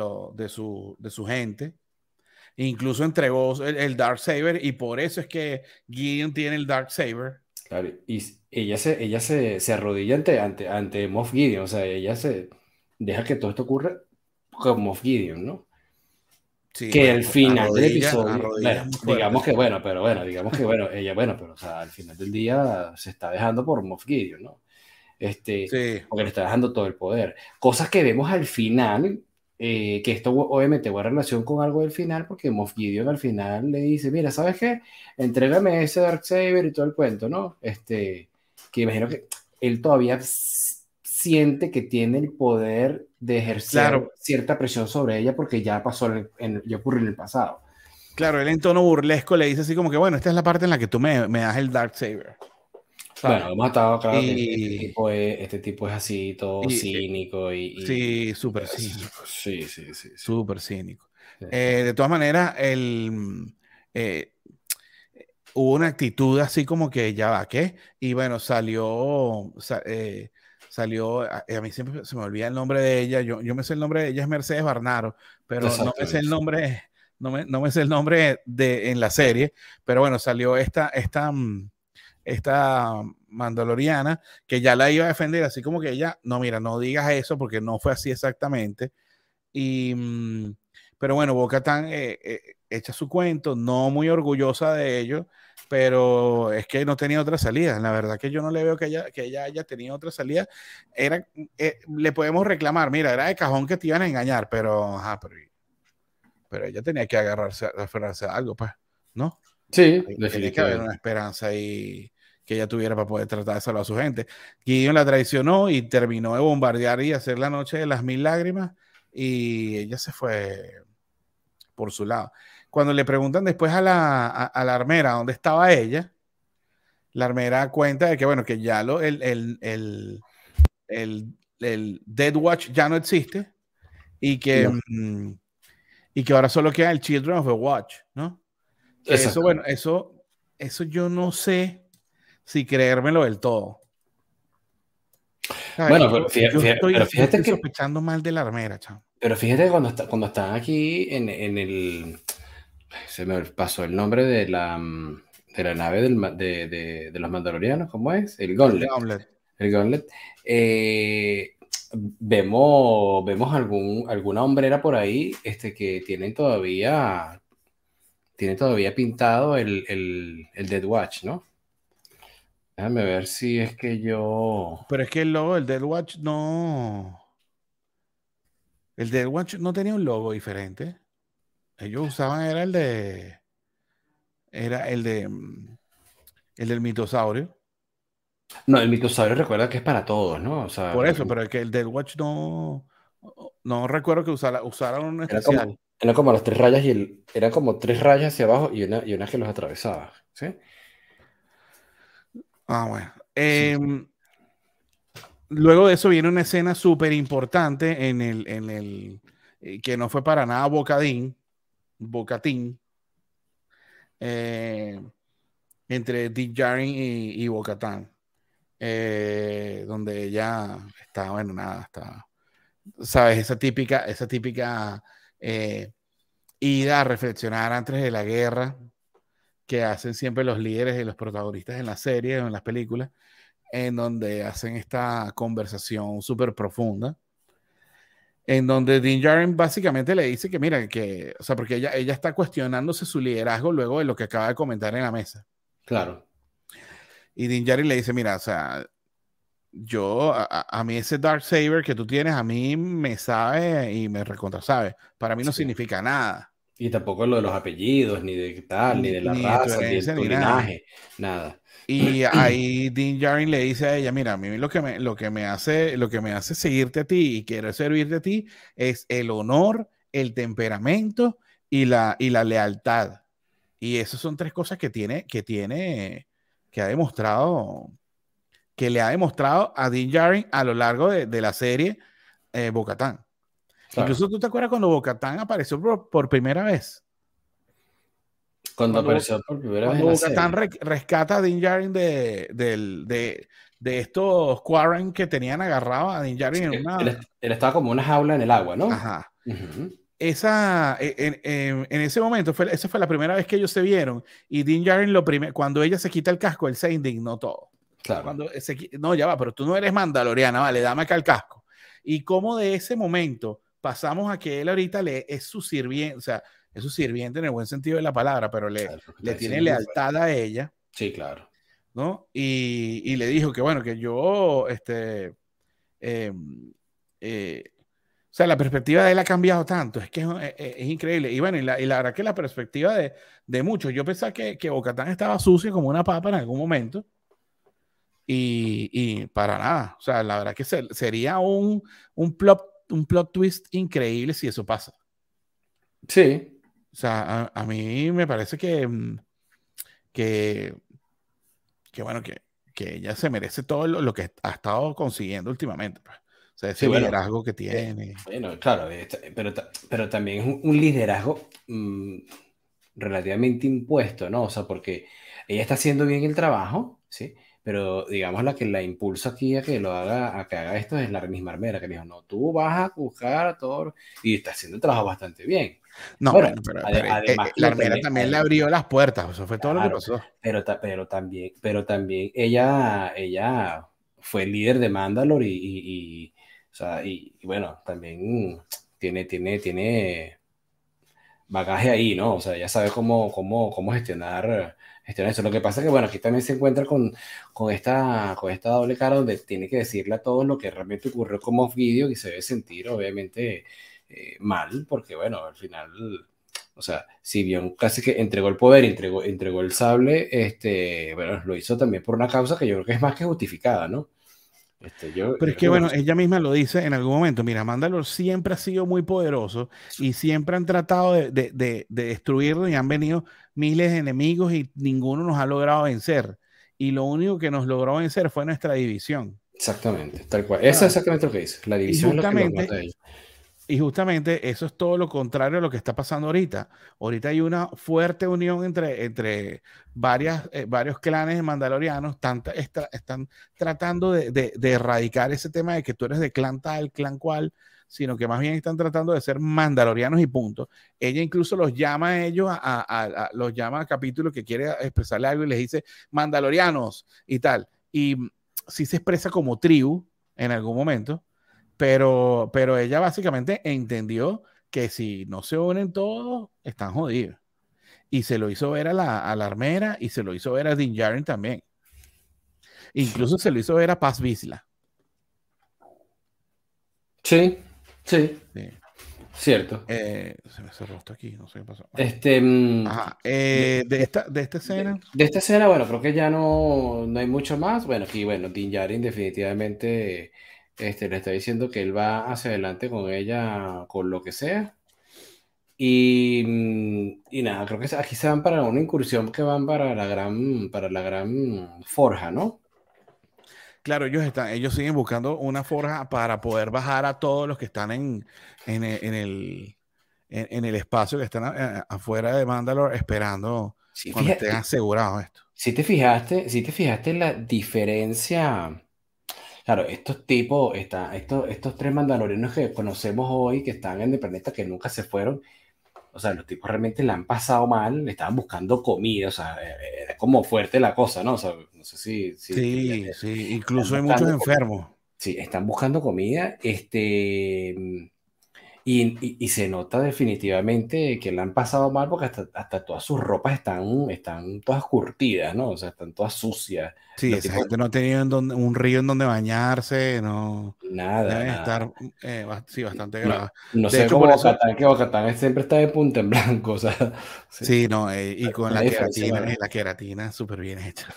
de su gente. Incluso entregó el Darksaber y por eso es que Gideon tiene el Darksaber. Claro, y se arrodilla ante Moff Gideon, o sea, ella se deja que todo esto ocurra con Moff Gideon, ¿no? Sí, Que bueno, al final del a episodio, rodillas bueno, muy fuerte, sí. digamos que bueno, ella, bueno, pero o sea, al final del día se está dejando por Moff Gideon, ¿no? Sí, Porque le está dejando todo el poder. Cosas que vemos al final, que esto obviamente va en relación con algo del final, porque Moff Gideon al final le dice, mira, ¿sabes qué? Entrégame ese Darksaber y todo el cuento, ¿no? Que imagino que él todavía siente que tiene el poder de ejercer claro, cierta presión sobre ella porque ya pasó, ya ocurrió en el pasado. claro, él en tono burlesco le dice así como que, bueno, esta es la parte en la que tú me das el Darksaber, Bueno, ¿sabes? hemos estado claro que Y, este tipo es así, todo y cínico sí, y súper cínico, sí, sí, sí, sí. súper cínico. Sí. De todas maneras, eh, hubo una actitud así como que ya va, ¿qué? Y bueno, salió, a mí siempre se me olvida el nombre de ella, yo me sé el nombre de ella, es Mercedes Barnaro, pero no me sé el Exactamente. nombre, no me sé el nombre en la serie, pero bueno, salió esta mandaloriana que ya la iba a defender, así como que ella, no, mira, no digas eso porque no fue así exactamente. Y, pero bueno, Bo-Katan echa su cuento, no muy orgullosa de ello, pero es que no tenía otra salida. La verdad que yo no le veo que ella haya tenido otra salida. Era, le podemos reclamar, mira, era de cajón que te iban a engañar, pero, ajá, pero ella tenía que aferrarse a algo, pues, ¿no? Sí, Tenía que haber definitivamente. una esperanza ahí que ella tuviera para poder tratar de salvar a su gente. Gideon la traicionó y terminó de bombardear y hacer la noche de las mil lágrimas y ella se fue por su lado. Cuando le preguntan después a la armera dónde estaba ella, la armera cuenta de que, bueno, que ya el Dead Watch ya no existe y que, No, y que ahora solo queda el Children of the Watch, ¿no? Que eso, bueno, exactamente. eso yo no sé si creérmelo del todo. ¿Sabes? Bueno, Yo estoy sospechando mal de la armera, chamo. pero fíjate que cuando están aquí en se me pasó el nombre de la nave de los mandalorianos, ¿cómo es? El El Gauntlet. Gauntlet. El Gauntlet. Vemos alguna hombrera por ahí, que tienen todavía pintado el Dead Watch, ¿no? Déjame ver si es que yo. Pero es que el logo del Dead Watch no. El Dead Watch no tenía un logo diferente. Ellos usaban, era el de. Era el de. El del mitosaurio. No, el mitosaurio recuerda que es para todos, ¿no? O sea, Por eso, pero el que el del Watch no recuerdo que usaran un especial. eran como las tres rayas eran como tres rayas hacia abajo y una que los atravesaba, ¿sí? Ah, bueno. Sí, sí. Luego de eso viene una escena súper importante que no fue para nada Bocatín, eh, entre Din Djarin y Bo-Katan, donde ella está, bueno, nada, está, sabes, esa típica eh, ida a reflexionar antes de la guerra que hacen siempre los líderes y los protagonistas en la serie o en las películas, en donde hacen esta conversación súper profunda, en donde Din Djarin básicamente le dice que, mira, que, o sea, porque ella está cuestionándose su liderazgo luego de lo que acaba de comentar en la mesa. Claro, Y Din Djarin le dice, mira, o sea, a mí ese Darksaber que tú tienes, a mí me sabe y me recontra sabe. Para mí no sí. significa nada, Y tampoco lo de los apellidos, ni de tal, ni de la ni de tu raza, ni de herencia, tu ni nada. linaje, nada. Y ahí Din Djarin le dice a ella, mira, a mí lo que me hace seguirte a ti y quiero servirte a ti es el honor, el temperamento y la lealtad. Y esas son tres cosas que ha demostrado, que le ha demostrado a Din Djarin a lo largo de la serie Bo-Katan. Claro. Incluso tú te acuerdas cuando Bo-Katan apareció por primera vez. Cuando Cuando, Bo- apareció por primera vez cuando en la Bo-Katan serie. rescata a Din Djarin de estos Quarren que tenían agarrado a Din Djarin Sí, en una. él estaba como una jaula en el agua, ¿no? Ajá. Ujú. En ese momento, esa fue la primera vez que ellos se vieron. Y Din Djarin, cuando ella se quita el casco, él se indignó todo. Claro, No, ya va, pero tú no eres mandaloriana, vale, dame acá el casco. Y cómo de ese momento pasamos a que él ahorita es su sirviente, o sea, es su sirviente en el buen sentido de la palabra, pero claro, lo que está le tiene diciendo es muy fuerte. lealtad a ella, Sí, claro. ¿no? Y le dijo que bueno, que yo, eh, eh, o sea, la perspectiva de él ha cambiado tanto, es que es increíble. Y bueno, y la verdad que la perspectiva de muchos, yo pensaba que Bocatán estaba sucio como una papa en algún momento, y para nada. O sea, la verdad que sería un plot twist increíble si eso pasa. Sí, O sea, a mí me parece que, que bueno, que ella se merece todo lo que ha estado consiguiendo últimamente, pues. O sea, sí, ese bueno. liderazgo que tiene. Bueno, claro, pero también es un liderazgo relativamente impuesto, ¿no? O sea, porque ella está haciendo bien el trabajo, ¿sí? Pero digamos la que la impulsa aquí a que lo haga, a que haga esto es la misma armera, que le dijo, no, tú vas a buscar a todo, y está haciendo el trabajo bastante bien. No, Bueno, bueno, pero además que la lo armera también le abrió las puertas, eso fue todo lo que claro, pasó. pero también ella fue líder de Mandalore o sea, y bueno, también tiene bagaje ahí, ¿no? O sea, ella sabe cómo gestionar eso. Lo que pasa es que, bueno, aquí también se encuentra con esta doble cara donde tiene que decirle a todos lo que realmente ocurrió como off video y se debe sentir, obviamente, mal, porque, bueno, al final, o sea, si bien casi que entregó el poder, entregó el sable, bueno, lo hizo también por una causa que yo creo que es más que justificada, ¿no? Pero Yo es que, creo que lo bueno, hizo. ella misma lo dice en algún momento. Mira, Mandalor siempre ha sido muy poderoso y siempre han tratado de destruirlo y han venido miles de enemigos y ninguno nos ha logrado vencer. Y lo único que nos logró vencer fue nuestra división. Exactamente, tal cual. Eso es ¿Sabes? exactamente lo que dice. La Y división es lo que los mata justamente a ellos. Y justamente eso es todo lo contrario a lo que está pasando ahorita. Ahorita hay una fuerte unión entre varios clanes mandalorianos. Están tratando de erradicar ese tema de que tú eres de clan tal, clan cual, sino que más bien están tratando de ser mandalorianos y punto. Ella incluso los llama a ellos, los llama a capítulos que quiere expresarle algo y les dice mandalorianos y tal. Y sí se expresa como tribu en algún momento, pero ella básicamente entendió que si no se unen todos, están jodidos. Y se lo hizo ver a la armera y se lo hizo ver a Din Djarin también. Incluso se lo hizo ver a Paz Vizsla. Sí, sí. Sí. Cierto. Se me cerró esto aquí, no sé qué pasó. Bueno. Este, Ajá. de, De esta escena, de esta escena, bueno, creo que ya no hay mucho más. Bueno, aquí, bueno, Din Djarin definitivamente le está diciendo que él va hacia adelante con ella, con lo que sea. Y nada, creo que aquí se van para una incursión que van para la gran forja, ¿no? claro, ellos siguen buscando una forja para poder bajar a todos los que están en el espacio, que están afuera de Mandalore esperando Sí, cuando estén fíjate, asegurados esto. si te fijaste en la diferencia. Claro, estos tipos, estos tres mandalorianos que conocemos hoy, que están en el planeta, que nunca se fueron, o sea, los tipos realmente la han pasado mal, le estaban buscando comida, o sea, era como fuerte la cosa, ¿no? O sea, no sé si Sí, pillaste eso. sí, Están incluso hay muchos buscando comida. enfermos. Sí, están buscando comida, y se nota definitivamente que la han pasado mal porque hasta todas sus ropas están todas curtidas, ¿no? O sea, están todas sucias. Sí, Los esa tipos, gente no tenía un río en donde bañarse, no nada, deben nada. estar, sí, bastante No, graves. no De sé hecho, cómo por eso, Bocatán, que Bocatán siempre está de punta en blanco, o sea, sí, sí, no, y con una diferencia enorme. la queratina súper bien hecha.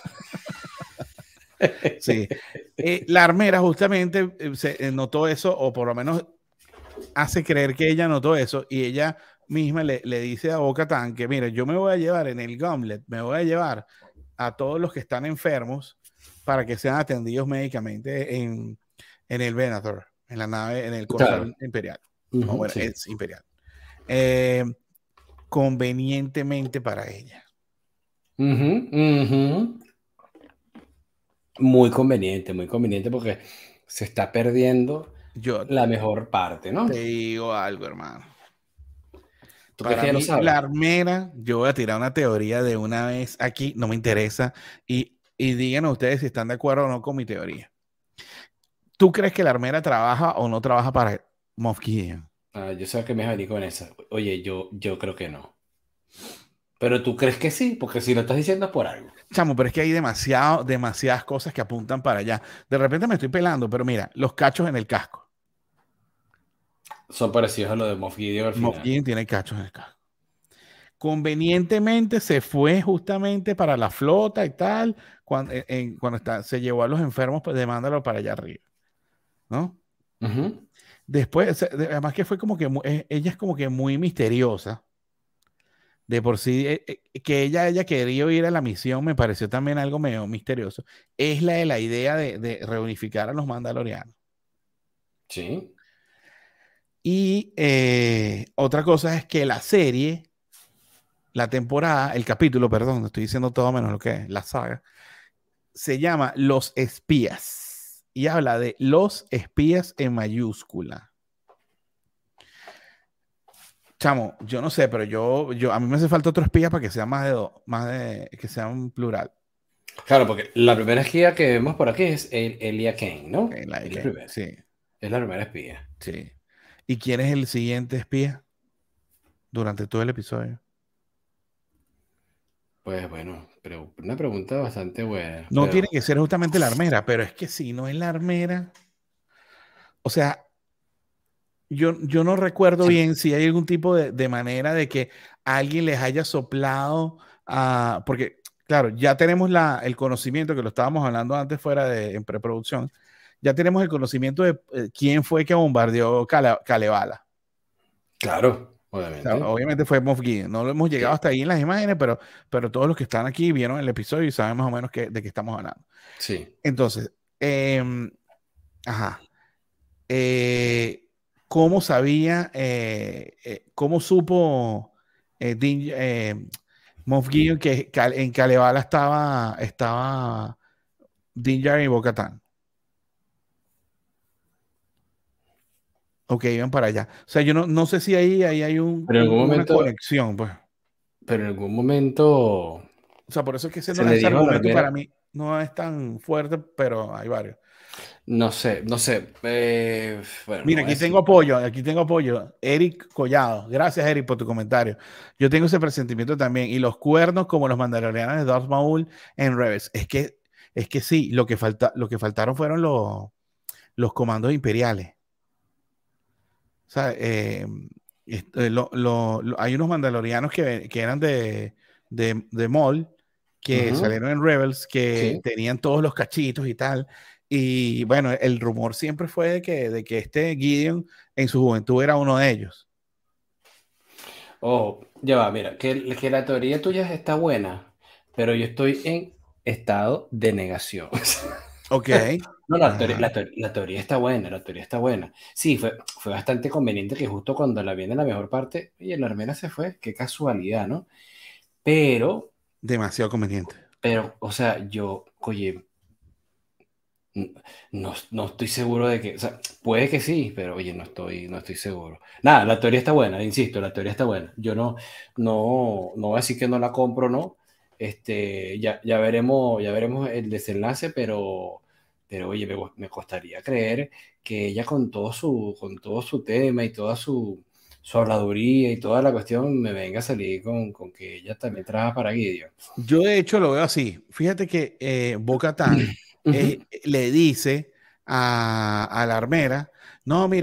Sí. La armera justamente notó eso, o por lo menos hace creer que ella notó eso, y ella misma le dice a Bo-Katan que, mire, yo me voy a llevar en el Gauntlet, me voy a llevar a todos los que están enfermos para que sean atendidos médicamente en el Venator, en la nave, en el Claro. Corsario Imperial. O Ujú, bueno, sí. es Imperial. Eh, Convenientemente para ella. Ujú, ujú. Muy conveniente porque se está perdiendo Yo la mejor parte, ¿no? te digo algo, hermano. ¿Tú crees que Para ya lo mí, sabe? la armera, yo voy a tirar una teoría de una vez aquí, no me interesa, y díganos ustedes si están de acuerdo o no con mi teoría. ¿Tú crees que la armera trabaja o no trabaja para Moff Gideon? Ah, yo sé que me vas a venir con esa. Oye, yo creo que no. Pero tú crees que sí, porque si lo estás diciendo es por algo. Chamo, pero es que hay demasiadas cosas que apuntan para allá. De repente me estoy pelando, pero mira, los cachos en el casco. Son parecidos a lo de Moff Gideon al Moff final. Gideon tiene cachos en el casco. Convenientemente se fue justamente para la flota y tal, cuando se llevó a los enfermos pues, de Mándalo para allá arriba, ¿no? Ujú. Después, además que fue como que ella es como que muy misteriosa. De por sí, que ella haya querido ir a la misión me pareció también algo medio misterioso. Es la de la idea de reunificar a los mandalorianos. Sí. Y otra cosa es que la serie, la temporada, el capítulo, perdón, estoy diciendo todo menos lo que es la saga, se llama Los Espías y habla de los espías en mayúscula. Chamo, yo no sé, pero a mí me hace falta otro espía para que sea más de dos, que sea un plural. Claro, porque la primera espía que vemos por aquí es Elia Kane, ¿no? Es la primera. Sí, Es la primera espía. sí. ¿Y quién es el siguiente espía durante todo el episodio? Pues bueno, pero una pregunta bastante buena. No tiene Pero que ser justamente la armera, pero es que si no es la armera, o sea, yo no recuerdo sí, bien si hay algún tipo de manera de que alguien les haya soplado porque, claro, ya tenemos el conocimiento, que lo estábamos hablando antes fuera en preproducción, ya tenemos el conocimiento de quién fue que bombardeó Kalevala. claro, O sea, obviamente. obviamente fue Moff Gideon. No lo hemos llegado Sí, hasta ahí en las imágenes, pero todos los que están aquí vieron el episodio y saben más o menos de qué estamos hablando. sí. Entonces, ajá. eh, ¿Cómo sabía, cómo supo Moff Gideon que en Kalevala estaba Din Djarin y Bo-Katan? Ok, iban para allá. O sea, yo no sé si ahí hay Pero en algún una momento, conexión, pues. pero en algún momento O sea, por eso es que se le ese dijo a la argumento para armera, mí no es tan fuerte, pero hay varios. no sé. Bueno, lo Mira, voy a decir. aquí tengo apoyo. Eric Collado. Gracias, Eric, por tu comentario. Yo tengo ese presentimiento también. Y los cuernos como los mandalorianos de Darth Maul en Rebels. Es que sí, lo que faltaron fueron los comandos imperiales. O sea, Hay unos mandalorianos que eran de Maul, que Ujú, salieron en Rebels, que sí. tenían todos los cachitos y tal. Y bueno, el rumor siempre fue de que este Gideon en su juventud era uno de ellos. Oh, ya va, mira, que la teoría tuya está buena, pero yo estoy en estado de negación. Ok. No, Ajá. la teoría está buena, la teoría está buena. Sí, fue bastante conveniente que justo cuando la viene la mejor parte, y la armera se fue, qué casualidad, ¿no? Pero, Demasiado conveniente. o sea, yo, oye, n- no estoy seguro de que, o sea, puede que sí, pero oye, no estoy seguro. Nada, la teoría está buena, insisto, la teoría está buena. Yo no voy a decir que no la compro, ¿no? Ya veremos el desenlace, pero oye, me costaría creer que ella con todo su tema y toda su habladuría y toda la cuestión me venga a salir con que ella también trabaja para Gideon. Yo de hecho lo veo así. Fíjate que Bo-Katan Ujú. le dice a la armera, no, mira,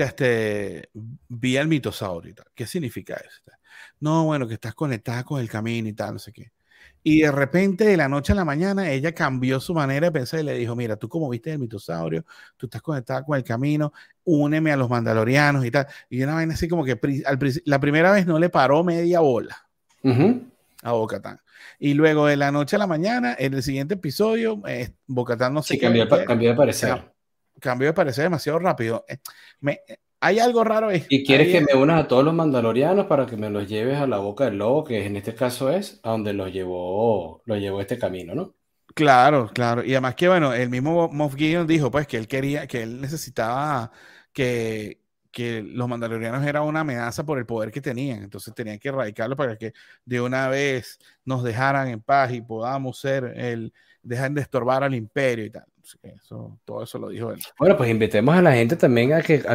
vi al mitosaurio y tal. ¿Qué significa eso? No, bueno, que estás conectada con el camino y tal, no sé qué. Y de repente, de la noche a la mañana, ella cambió su manera de pensar y le dijo, mira, tú como viste el mitosaurio, tú estás conectada con el camino, úneme a los mandalorianos y tal. Y una vaina así como que la primera vez no le paró media bola Ujú. a Bo-Katan. Y luego de la noche a la mañana, en el siguiente episodio, Bo-Katan no sé Sí, cambió, qué, cambió de ca- parecer. cambió de parecer demasiado rápido. Hay algo raro ahí. Y quieres que me unas a todos los mandalorianos para que me los lleves a la boca del lobo, que en este caso es a donde los llevó este camino, ¿no? Claro, claro. Y además que, bueno, el mismo Moff Gideon dijo, pues, que él quería, que él necesitaba que, que los mandalorianos eran una amenaza por el poder que tenían. Entonces tenían que erradicarlo para que de una vez nos dejaran en paz y podamos dejar de estorbar al imperio y tal. Así que todo eso lo dijo él. Bueno, pues invitemos a la gente también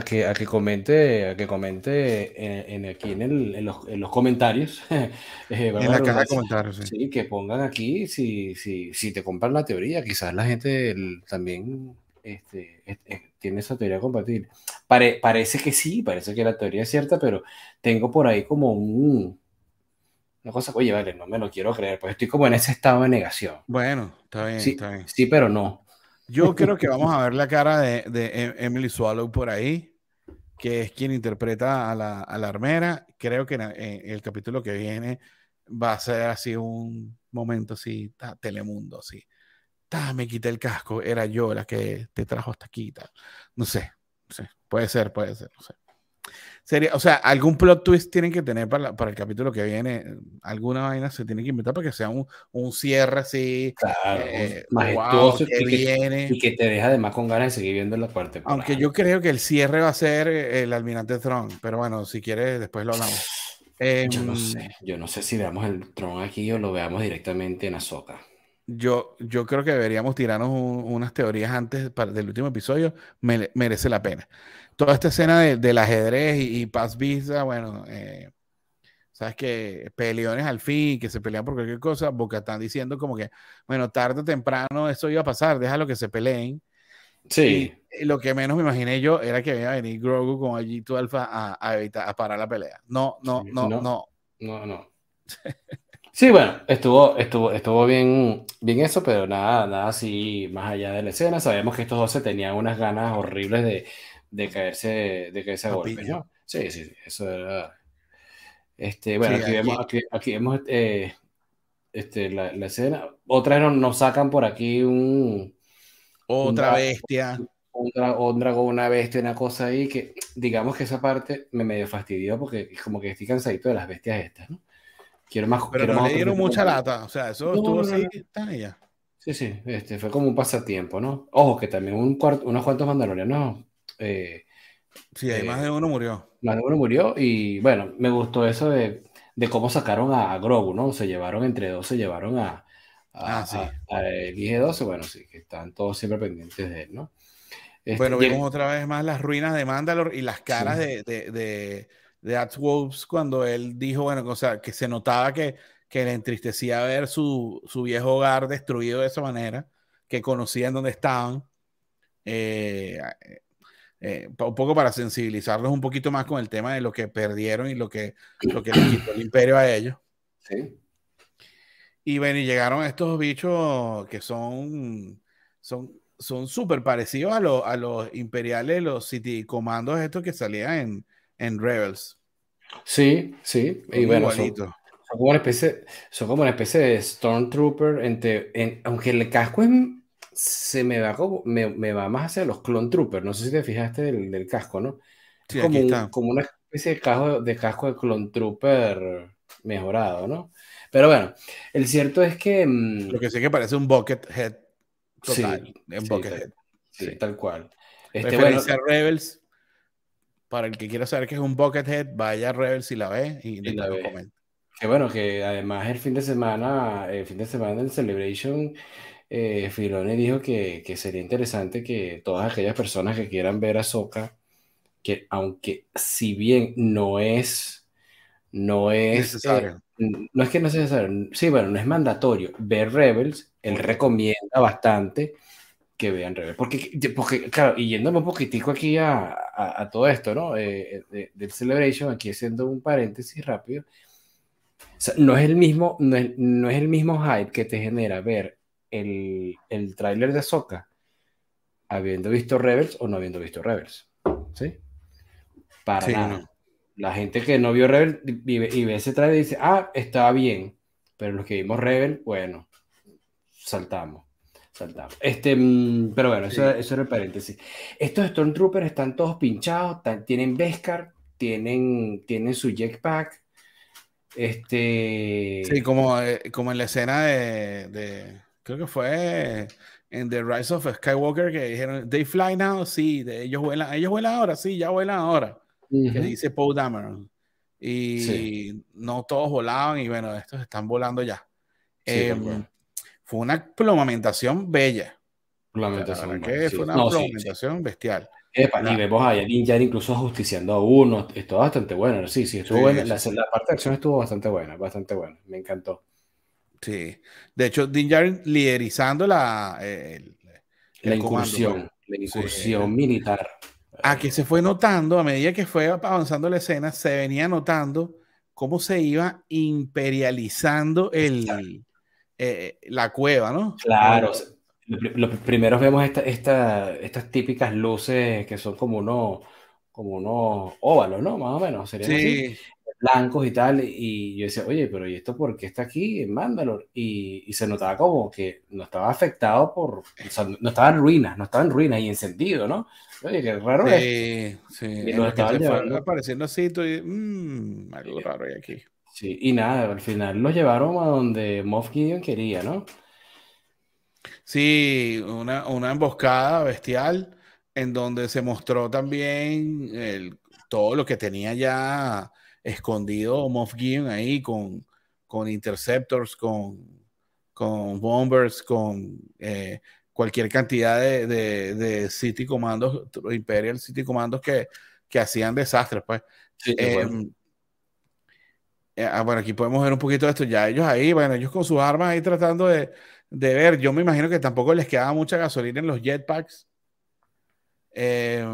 a que comente aquí en los comentarios. En Valga la la caja de redundancia. comentarios, sí. Sí, que pongan aquí si te compran la teoría. Quizás la gente también tiene esa teoría compatible. Parece que sí, parece que la teoría es cierta, pero tengo por ahí como una cosa, oye, vale, no me lo quiero creer, pues estoy como en ese estado de negación. Bueno, está bien, Sí, está bien. sí, pero no. Yo creo que vamos a ver la cara de Emily Swallow por ahí, que es quien interpreta a la armera. Creo que en el capítulo que viene va a ser así un momento así, Telemundo, así. Me quité el casco, era yo la que te trajo hasta aquí. No sé, no sé. Puede ser, no sé. O sea, algún plot twist tienen que tener para el capítulo que viene. Alguna vaina se tiene que inventar para que sea un cierre así, Claro, wow, majestuoso que y viene. que te deja además con ganas de seguir viendo la cuarta Aunque temporada, ¿no? yo creo que el cierre va a ser el Almirante Throne, pero bueno, si quieres, después lo hablamos. Em, Yo no sé si veamos el tron aquí o lo veamos directamente en Ahsoka. yo creo que deberíamos tirarnos unas teorías antes del último episodio, merece la pena. Toda esta escena del ajedrez y Paz Visa, bueno, sabes que peleones al fin, que se pelean por cualquier cosa, porque están diciendo como que, bueno, tarde o temprano eso iba a pasar, déjalo que se peleen. Y Sí, lo que menos me imaginé yo era que iba a venir Grogu con G2 Alpha a evitar, a parar la pelea. No, no, sí, no, no, no. no, no. Sí, bueno, estuvo bien, bien eso, pero nada, nada así más allá de la escena. Sabemos que estos dos se tenían unas ganas horribles de caerse a A golpes, piña. ¿no? Sí, sí, sí, eso era. Bueno, Sí, aquí vemos, aquí vemos la escena. Otra vez nos sacan por aquí un, otra dra- bestia. un dragón, una bestia, una cosa ahí que digamos que esa parte me medio fastidió porque como que estoy cansadito de las bestias estas, ¿no? Quiero más, Pero quiero no más le otro dieron tipo de mucha contenido. lata. O sea, eso No, estuvo no, no, así, no. está ella. Sí, sí, fue como un pasatiempo, ¿no? Ojo, que también unos cuantos mandalorianos, eh, Sí, hay más de eh, uno murió. más de uno murió y bueno, me gustó eso de cómo sacaron a Grogu, ¿no? Entre dos, se llevaron Ah, sí. a el IG-12, bueno, sí, que están todos siempre pendientes de él, ¿no? Bueno, vimos Llega- otra vez más las ruinas de Mandalore y las caras sí, de Ats Wolves cuando él dijo, bueno, o sea, que se notaba que le entristecía ver su viejo hogar destruido de esa manera, que conocían dónde estaban. Eh, un poco para sensibilizarlos un poquito más con el tema de lo que perdieron y lo que les quitó el imperio a ellos. Sí. Y bueno, y llegaron estos bichos que son súper parecidos a los imperiales, los City Comandos estos que salían en Rebels. Sí, sí, y Son bueno, igualitos. son como una especie de Stormtrooper, aunque el casco se me va me va más hacia los Clone Troopers, no sé si te fijaste del casco, ¿no? Es Sí, aquí está. como una especie de casco de Clone Trooper mejorado, ¿no? Pero bueno, el cierto es que Lo que sí que parece un Buckethead total. sí, En sí, Buckethead. Sí. tal cual. Bueno, Referencia a Rebels. Para el que quiera saber qué es un Buckethead, vaya a Rebels y la ve y y la después nos vez. comenta. Que bueno, que además el fin de semana del Celebration, Filoni dijo que sería interesante que todas aquellas personas que quieran ver a Ahsoka, que aunque si bien Necesario. no es que no sea necesario, sí, bueno, no es mandatorio ver Rebels, él Correcto. recomienda bastante que vean Rebels, porque claro, y yéndome un poquitico aquí a todo esto, ¿no? Del Celebration, aquí haciendo un paréntesis rápido, sea, no es el mismo hype que te genera ver el tráiler de Ahsoka habiendo visto Rebels o no habiendo visto Rebels. ¿Sí? Para Sí, no. nada. La gente que no vio Rebels y ve ese tráiler dice, ah, estaba bien. Pero los que vimos Rebels, bueno, saltamos. Saltamos. Pero bueno, Sí. eso era el paréntesis. Estos Stormtroopers están todos pinchados, tienen Beskar, tienen su jetpack. Sí, Este, como en la escena creo que fue en The Rise of Skywalker que dijeron, they fly now, sí, ellos vuelan ahora, sí, ya vuelan ahora, que ujú, dice Poe Dameron. sí. Y no todos volaban y bueno, estos están volando ya. Sí, tal Em, cual. Fue una plomamentación bella. O sea, la verdad Lamentación, bueno, que fue sí. una No, sí, sí. plomamentación bestial. Epa, y La, vemos a Din Djarin incluso ajusticiando a uno. Estuvo bastante bueno. Sí, sí, estuvo buena. sí, sí, sí. La parte de acción estuvo bastante buena, bastante buena. Me encantó. Sí. De hecho, Din Djarin liderizando el comando, pues. La Sí. incursión militar. A que se fue notando, a medida que fue avanzando la escena, se venía notando cómo se iba imperializando Exacto. la cueva, ¿no? Claro. O sea, los primeros vemos estas típicas luces que son como unos óvalos, ¿no? Más o menos, serían así. Sí, Blancos y tal, y yo decía, oye, pero ¿y esto por qué está aquí en Mandalore? Y se notaba como que no estaba afectado o sea, no estaba en ruinas, no estaba en ruinas y encendido, ¿no? Oye, qué raro esto. sí, sí. Y En los lo que estaban se fue llevando, apareciendo así, algo raro hay aquí. sí, y nada, al final los llevaron a donde Moff Gideon quería, ¿no? Sí, una emboscada bestial en donde se mostró también todo lo que tenía ya escondido Moff Gideon ahí con interceptors, con bombers, con cualquier cantidad de City Commandos, Imperial City Commandos que hacían desastres, pues. Sí, tal cual. Em, bueno, aquí podemos ver un poquito de esto. Ya ellos ahí, bueno, ellos con sus armas ahí tratando de ver. Yo me imagino que tampoco les quedaba mucha gasolina en los jetpacks. Eh,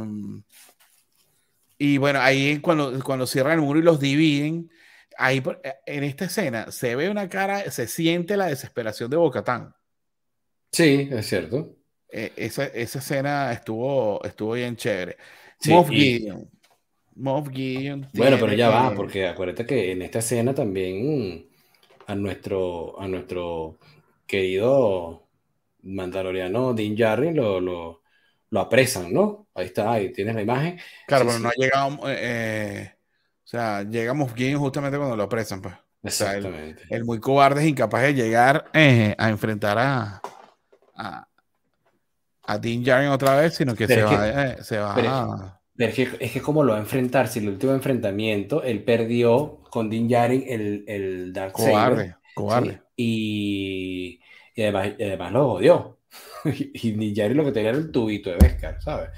y bueno, ahí cuando cierran el muro y los dividen, ahí en esta escena se ve una cara, se siente la desesperación de Bocatán. Sí, es cierto. Esa escena estuvo bien chévere. Sí, Moff y Gideon. Moff Gideon bueno, pero tiene. ya va, porque acuérdate que en esta escena también a nuestro querido mandaloriano Din Djarin lo apresan, ¿no? Ahí está, ahí tienes la imagen. Claro, Sí, pero no ha sí, llegado. O sea, llega Moff Gideon justamente cuando lo apresan, pues. O sea, exactamente. el muy cobarde es incapaz de llegar a enfrentar a, a Din Djarin otra vez, sino que Pero se es va, que, se va pero es que, es que como lo va a enfrentar, si el último enfrentamiento, él perdió con Din Djarin el Darksaber, cobarde, cobarde. ¿sí? Y además lo odió. Y Din Djarin lo que tenía era el tubito de Beskar, ¿sabes?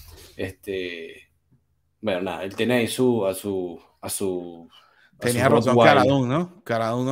Bueno, nada, él tiene ahí a su Tenía razón Cara Rottweiler. Dune, ¿no? Cara Dune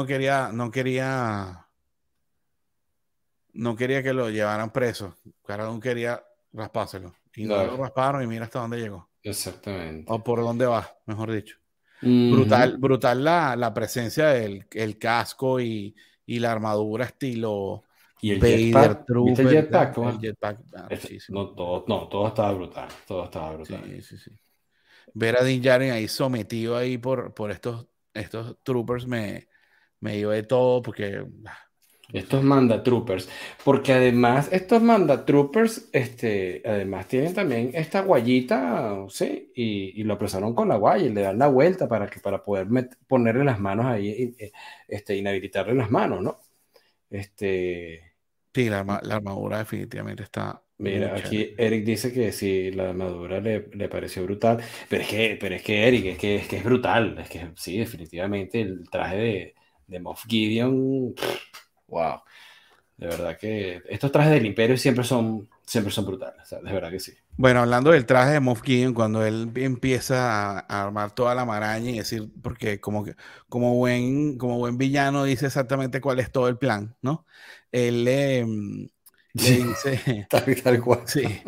no quería que lo llevaran preso. Cara Dune quería raspárselo. Y no lo Claro, rasparon y mira hasta dónde llegó. O exactamente. por dónde va, mejor dicho. Brutal, Ujú. brutal la presencia del el casco y la armadura estilo Y el Vader, jetpack, ¿viste el Trooper y tal. jetpack? El ¿Cómo? jetpack, arrechísimo. No, todo, no, todo estaba brutal, todo estaba brutal. Sí, sí, sí. Ver a Din Djarin ahí sometido ahí por estos troopers me dio de todo porque Estos manda troopers, porque además estos manda troopers, además tienen también esta guayita, ¿sí? Y lo apresaron con la guaya y le dan la vuelta para poder ponerle las manos ahí, inhabilitarle las manos, ¿no? Este, sí, la armadura definitivamente está muy Mira, chévere. aquí Eric dice que sí, la armadura le pareció brutal, pero es que Eric, es que es brutal, es que sí, definitivamente el traje de Moff Gideon, wow, de verdad que estos trajes del Imperio siempre son brutales, o sea, de verdad que sí. Bueno, hablando del traje de Moff Gideon, cuando él empieza a armar toda la maraña y decir, porque como buen villano dice exactamente cuál es todo el plan, ¿no? Él le Sí, dice, tal cual. sí,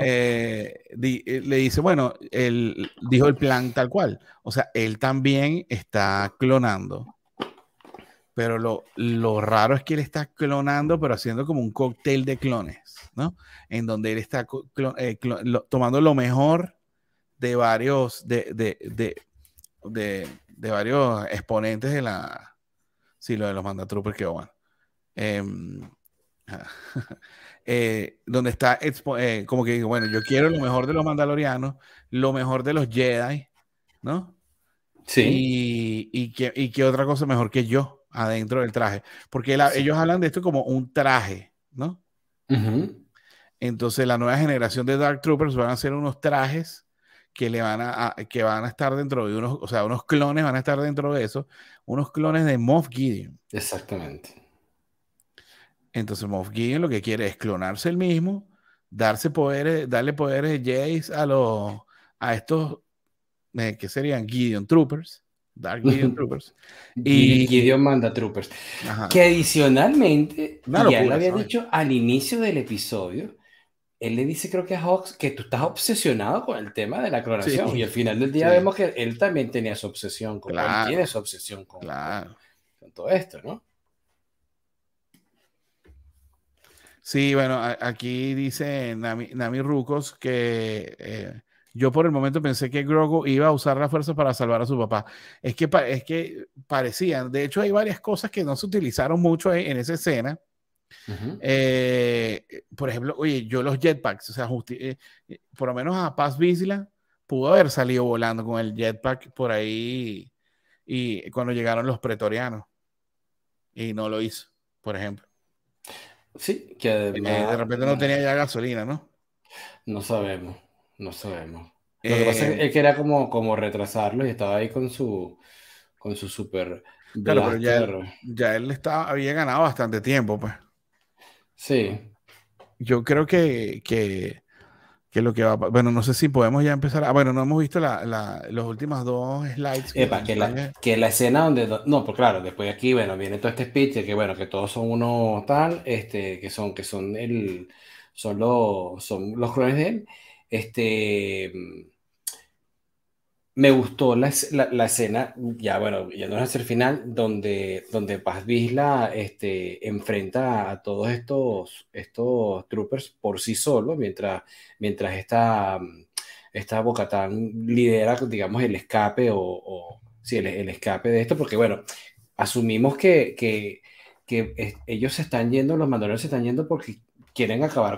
le dice, bueno, él dijo el plan tal cual. O sea, él también está clonando, pero lo raro es que él está clonando, pero haciendo como un cóctel de clones, ¿no? En donde él está tomando lo mejor de varios, de varios exponentes de sí, lo de los mandatroopers que bueno. Em, donde está como que digo, bueno, yo quiero lo mejor de los mandalorianos, lo mejor de los Jedi, ¿no? Sí. Y qué otra cosa mejor que yo adentro del traje. Porque ellos hablan de esto como un traje, ¿no? Ujú. Entonces la nueva generación de Dark Troopers van a ser unos trajes que van a estar dentro de unos, o sea, unos clones van a estar dentro de eso, unos clones de Moff Gideon. Exactamente. Entonces Moff Gideon lo que quiere es clonarse el mismo, darle poderes Jedi a estos que serían Gideon Troopers, Dark Gideon Troopers. Y, Gideon manda troopers. ajá, Que adicionalmente, una y ya él lo locura, había ¿sabes? dicho al inicio del episodio, él le dice, creo que a Hawks, que tú estás obsesionado con el tema de la Sí, clonación. Y al final del día sí, vemos que él también tenía su obsesión, o él tiene claro, su obsesión claro. con todo esto, ¿no? Sí, bueno, aquí dice Nami Rucos que yo por el momento pensé que Grogu iba a usar la fuerza para salvar a su papá. Es que parecían, de hecho hay varias cosas que no se utilizaron mucho en esa escena. Ujú. Por ejemplo, oye, yo los jetpacks, o sea, por lo menos a Paz Vizsla pudo haber salido volando con el jetpack por ahí y cuando llegaron los pretorianos y no lo hizo, por ejemplo. Sí, que De además repente no tenía ya gasolina, ¿no? no sabemos, no sabemos. Lo que pasa es Eh, que él quería como retrasarlo y estaba ahí con su super claro, pero ya él, blaster. ya él había ganado bastante tiempo, pues. Sí. Yo creo que lo que va bueno, no sé si podemos ya empezar. Bueno, no hemos visto los últimos dos slides que Epa, nos que la, trae. que la escena donde... No, pues claro, después de aquí, bueno, viene todo este speech de que, bueno, que todos son uno tal, que son los clones de él. Este, Me gustó la escena, ya bueno, ya no es hacia el final, donde Paz Vizsla enfrenta a todos estos troopers por sí solo, mientras esta Bo-Katan lidera, digamos, el escape sí, el escape de esto, porque bueno, asumimos que ellos se están yendo, los mandalorianos se están yendo porque quieren acabar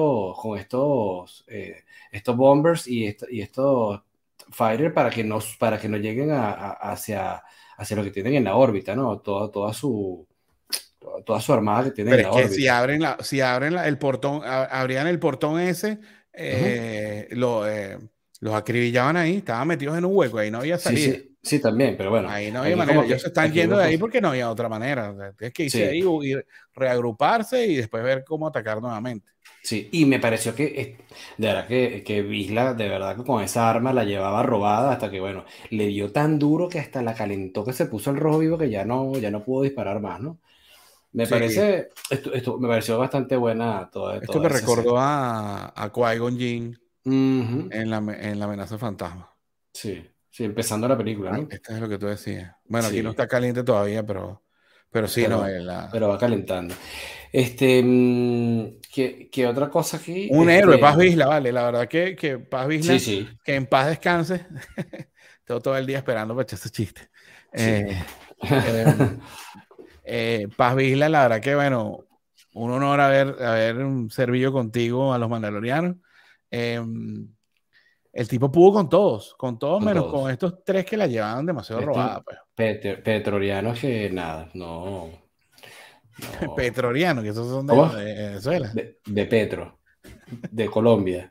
con estos bombers y estos fighter para que no lleguen hacia lo que tienen en la órbita, ¿no? Toda su armada que tienen Pero en es la que si órbita. abren el portón, abrían el portón ese, Ujú. los acribillaban ahí, estaban metidos en un hueco, ahí no había Sí, salida. sí, sí, también, pero bueno, Ahí no había aquí manera. como Ellos se que, están aquí yendo uno de ahí pues, porque no había otra manera. O sea, tienes que irse de ahí sí, y reagruparse y después ver cómo atacar nuevamente. sí, y me pareció de verdad que Vizla, de verdad que con esa arma la llevaba robada hasta que, bueno, le dio tan duro que hasta la calentó que se puso el rojo vivo que ya no pudo disparar más, ¿no? Me Sí, parece, esto me pareció bastante buena toda, esto toda me esa escena. recordó a Qui-Gon Jinn. Ujú. en la amenaza fantasma. Sí, sí, empezando la película, Ah, ¿no? esto es lo que tú decías. Bueno, aquí no Sí, está caliente todavía, pero sí, no, pero, pero va calentando. ¿Qué otra cosa aquí? un héroe, Paz Vizla, vale. La verdad que Paz Sí, Vizla, sí, que en paz descanse. Todo el día esperando para echar ese chiste. sí. Eh, eh, Paz Vizla, la verdad que, bueno, un honor haber servido contigo a los Mandalorianos. Eh, el tipo pudo con todos Con menos con todos. estos tres que la llevaban demasiado Estos robada, pues. petrolianos que nada, no, no. Petroliano, que esos son ¿Cómo? de Venezuela. De Petro, de Colombia.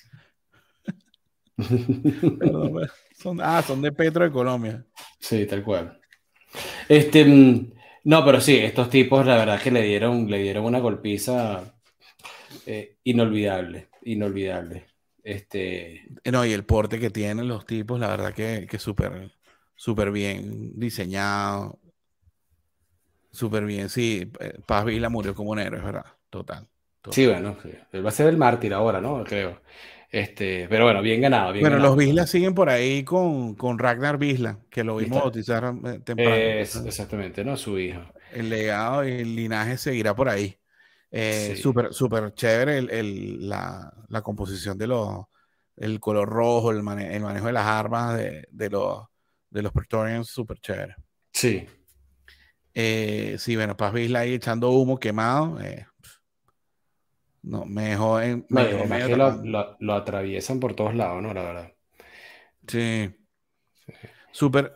Perdón, pues, son de Petro de Colombia. Sí, tal cual. Este, mm, no, pero sí, estos tipos, la verdad que le dieron una golpiza inolvidable, inolvidable. No, y el porte que tienen los tipos, la verdad que súper bien diseñado, súper bien. Sí, Paz Vila murió como un héroe, es verdad. Total, Sí, total. bueno, sí. Él va a ser el mártir ahora, ¿no? Creo. Pero bueno, bien ganado, bien Bueno, los ganado. Vizla siguen por ahí con Ragnar Vizla, que lo Y vimos está, bautizar temprano. Entonces, exactamente, ¿no? Su hijo. el legado y el linaje seguirá por ahí. Sí, Súper chévere la composición el color rojo, el manejo de las armas de los Praetorians, súper chévere. sí. Sí, bueno, Paz Vizla ahí echando humo quemado. No, me No, y dejó además medio que lo, tapando. lo, lo atraviesan por todos lados, ¿no? La verdad. Sí, súper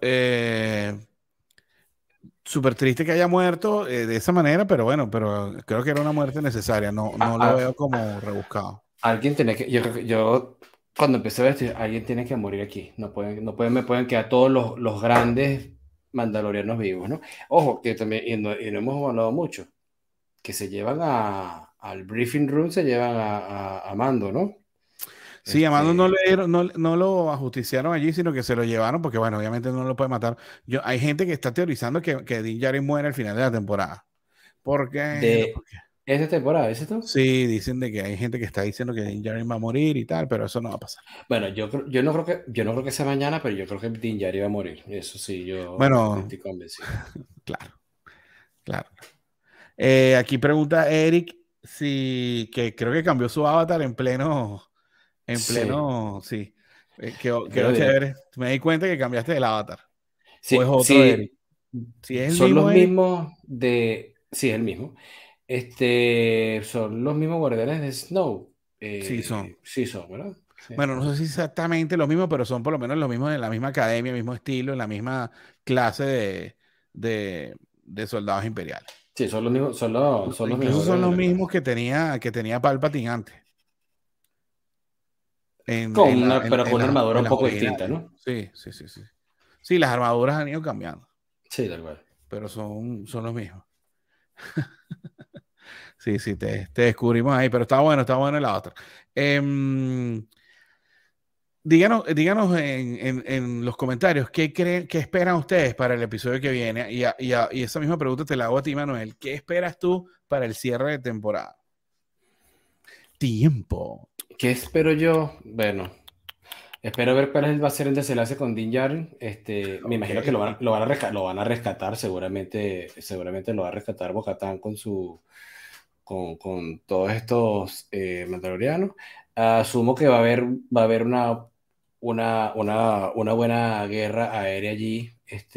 súper triste que haya muerto de esa manera, pero bueno, pero creo que era una muerte necesaria. No, A- no lo a- veo como rebuscado. alguien tiene que, yo, creo que yo cuando empecé a ver esto, alguien tiene que morir aquí. Me pueden quedar todos los grandes mandalorianos vivos, ¿no? Ojo, que también, y no hemos hablado mucho, que se llevan al briefing room, se llevan a Mando, ¿no? Sí, a Mando Este, no lo ajusticiaron allí, sino que se lo llevaron, porque bueno, obviamente no lo puede matar. Hay gente que está teorizando que Din Djarin muere al final de la temporada. ¿Por qué? No, de esta temporada, ¿es esto? sí, dicen de que hay gente que está diciendo que Din Djarin va a morir y tal, pero eso no va a pasar. Bueno, yo no creo que sea mañana, pero yo creo que Din Djarin va a morir. Eso sí, yo Bueno, estoy convencido. claro, claro. Aquí pregunta Eric si que creo que cambió su avatar Sí, sí. pero Quedó chévere. Me di cuenta que cambiaste el avatar. ¿O es sí, otro Eric? sí, Si es el son los mismo Eric, mismos sí, es el mismo. Son los mismos guardianes de Snow. sí son. Sí son, ¿verdad? Sí. Bueno, no sé si exactamente lo mismo, pero son por lo menos los mismos en la misma academia, mismo estilo, en la misma clase de soldados imperiales. Sí, son los mismos, son los Incluso son mejores de los la mismos clase. que tenía Palpatine antes, Pero con una armadura en un las poco distinta, originales. ¿no? Sí, sí, sí, sí. Sí, las armaduras han ido cambiando, Sí, tal cual. pero son los mismos. Sí, sí, te descubrimos ahí, pero está bueno la otra. Em, díganos en los comentarios qué esperan ustedes para el episodio que viene. Y esa misma pregunta te la hago a ti, Manuel. ¿Qué esperas tú para el cierre de temporada? Tiempo. ¿Qué espero yo? Bueno. Espero ver cuál va a ser el desenlace con Din Djarin. Me Ok. imagino que lo van a rescatar, seguramente lo va a rescatar Bo-Katan con todos estos mandalorianos. Asumo que va a haber una buena guerra aérea allí,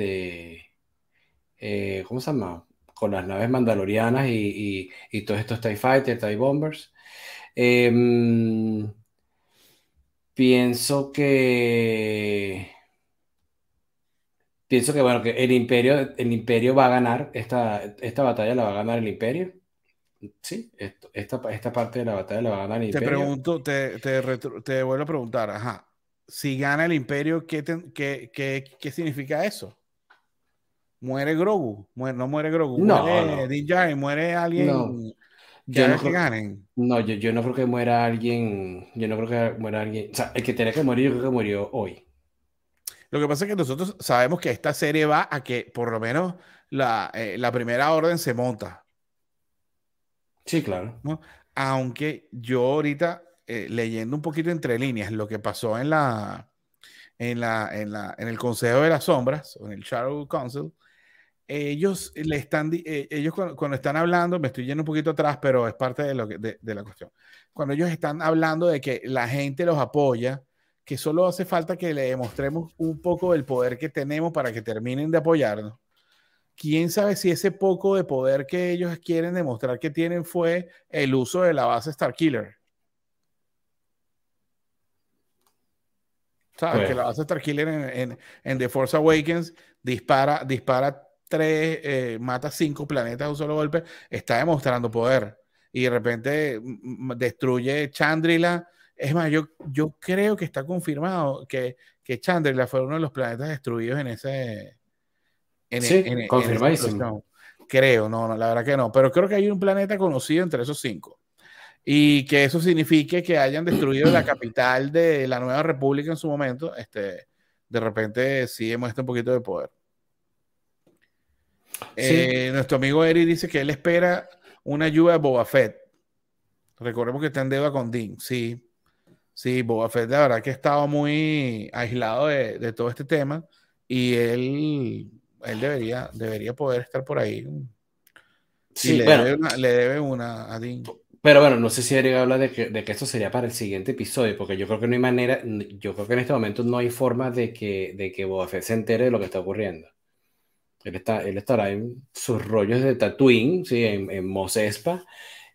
¿cómo se llama? Con las naves mandalorianas y todos estos TIE Fighters, TIE Bombers. Em, pienso que... Pienso que, bueno, que el imperio va a ganar, esta batalla la va a ganar el imperio. Sí, esta parte de la batalla la va a ganar el Te imperio. pregunto, te vuelvo a preguntar, ajá, si gana el Imperio, ¿qué significa eso? ¿Muere Grogu? No muere Grogu, No, muere no, Din Djarin, muere no. alguien que Yo no haga que creo, ganen. no, yo no creo que muera alguien. Yo no creo que muera alguien. O sea, el que tenía que morir, yo creo que murió hoy. Lo que pasa es que nosotros sabemos que esta serie va a que por lo menos la primera orden se monta, Sí, claro. ¿no? Aunque yo ahorita leyendo un poquito entre líneas lo que pasó en el Consejo de las Sombras, o en el Shadow Council, ellos cuando están hablando, me estoy yendo un poquito atrás, pero es parte de la cuestión. Cuando ellos están hablando de que la gente los apoya, que solo hace falta que le demostremos un poco del poder que tenemos para que terminen de apoyarnos. ¿Quién sabe si ese poco de poder que ellos quieren demostrar que tienen fue el uso de la base Starkiller? ¿Sabes? Que Pues la base Starkiller en The Force Awakens dispara tres, mata 5 planetas de un solo golpe, está demostrando poder. Y de repente destruye Chandrila. Es más, yo creo que está confirmado que Chandrila fue uno de los planetas destruidos en ese sí, en esa confirmadísimo. explosión. Creo, no, la verdad que no. Pero creo que hay un planeta conocido entre esos 5. Y que eso signifique que hayan destruido la capital de la Nueva República en su momento, de repente sí demuestra un poquito de poder. Sí, Nuestro amigo Eri dice que él espera una ayuda de Boba Fett. Recordemos que está en deuda con Dean. Sí, sí, Boba Fett la verdad que estaba muy aislado de todo este tema y él debería poder estar por ahí. Y sí, bueno, le debe una a Dean. pero bueno, no sé si Eric habla de que esto sería para el siguiente episodio, porque yo creo que no hay manera, yo creo que en este momento no hay forma de que Boba Fett se entere de lo que está ocurriendo. Él estará en sus rollos de Tatooine, ¿sí? En Mos Espa,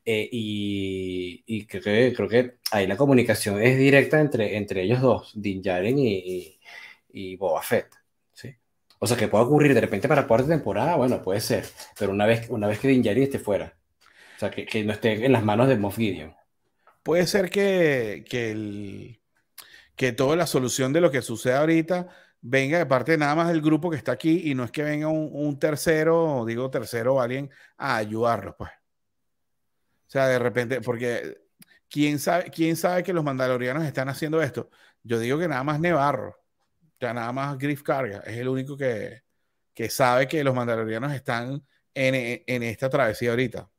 y creo que ahí la comunicación es directa entre ellos dos, Din Djarin y Boba Fett, ¿sí? O sea, que pueda ocurrir de repente para cuarta temporada, bueno, puede ser, pero una vez que Din Djarin esté fuera, o sea, que no esté en las manos de Moff Gideon. Puede ser que toda la solución de lo que sucede ahorita venga de parte nada más del grupo que está aquí y no es que venga un tercero, digo tercero o alguien a ayudarlos, pues. O sea, de repente, porque quién sabe que los mandalorianos están haciendo esto? Yo digo que nada más Nevarro, ya nada más Griff Karga, es el único que sabe que los mandalorianos están en esta travesía ahorita.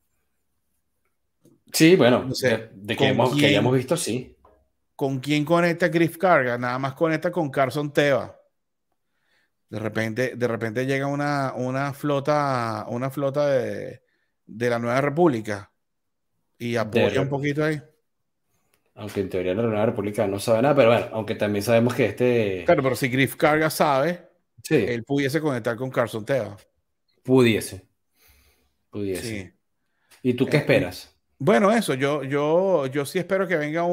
Sí, bueno, No sé, de que hayamos visto, sí. ¿con quién conecta Griff Karga? Nada más conecta con Carson Teva. De repente llega una flota de la Nueva República y De, apoya un re- poquito ahí. Aunque en teoría la Nueva República no sabe nada, pero bueno, aunque también sabemos que Claro, pero si Griff Karga sabe, sí, él pudiese conectar con Carson Teva. pudiese, pudiese. Sí. ¿Y tú qué Eh, esperas? bueno, eso, yo sí espero que venga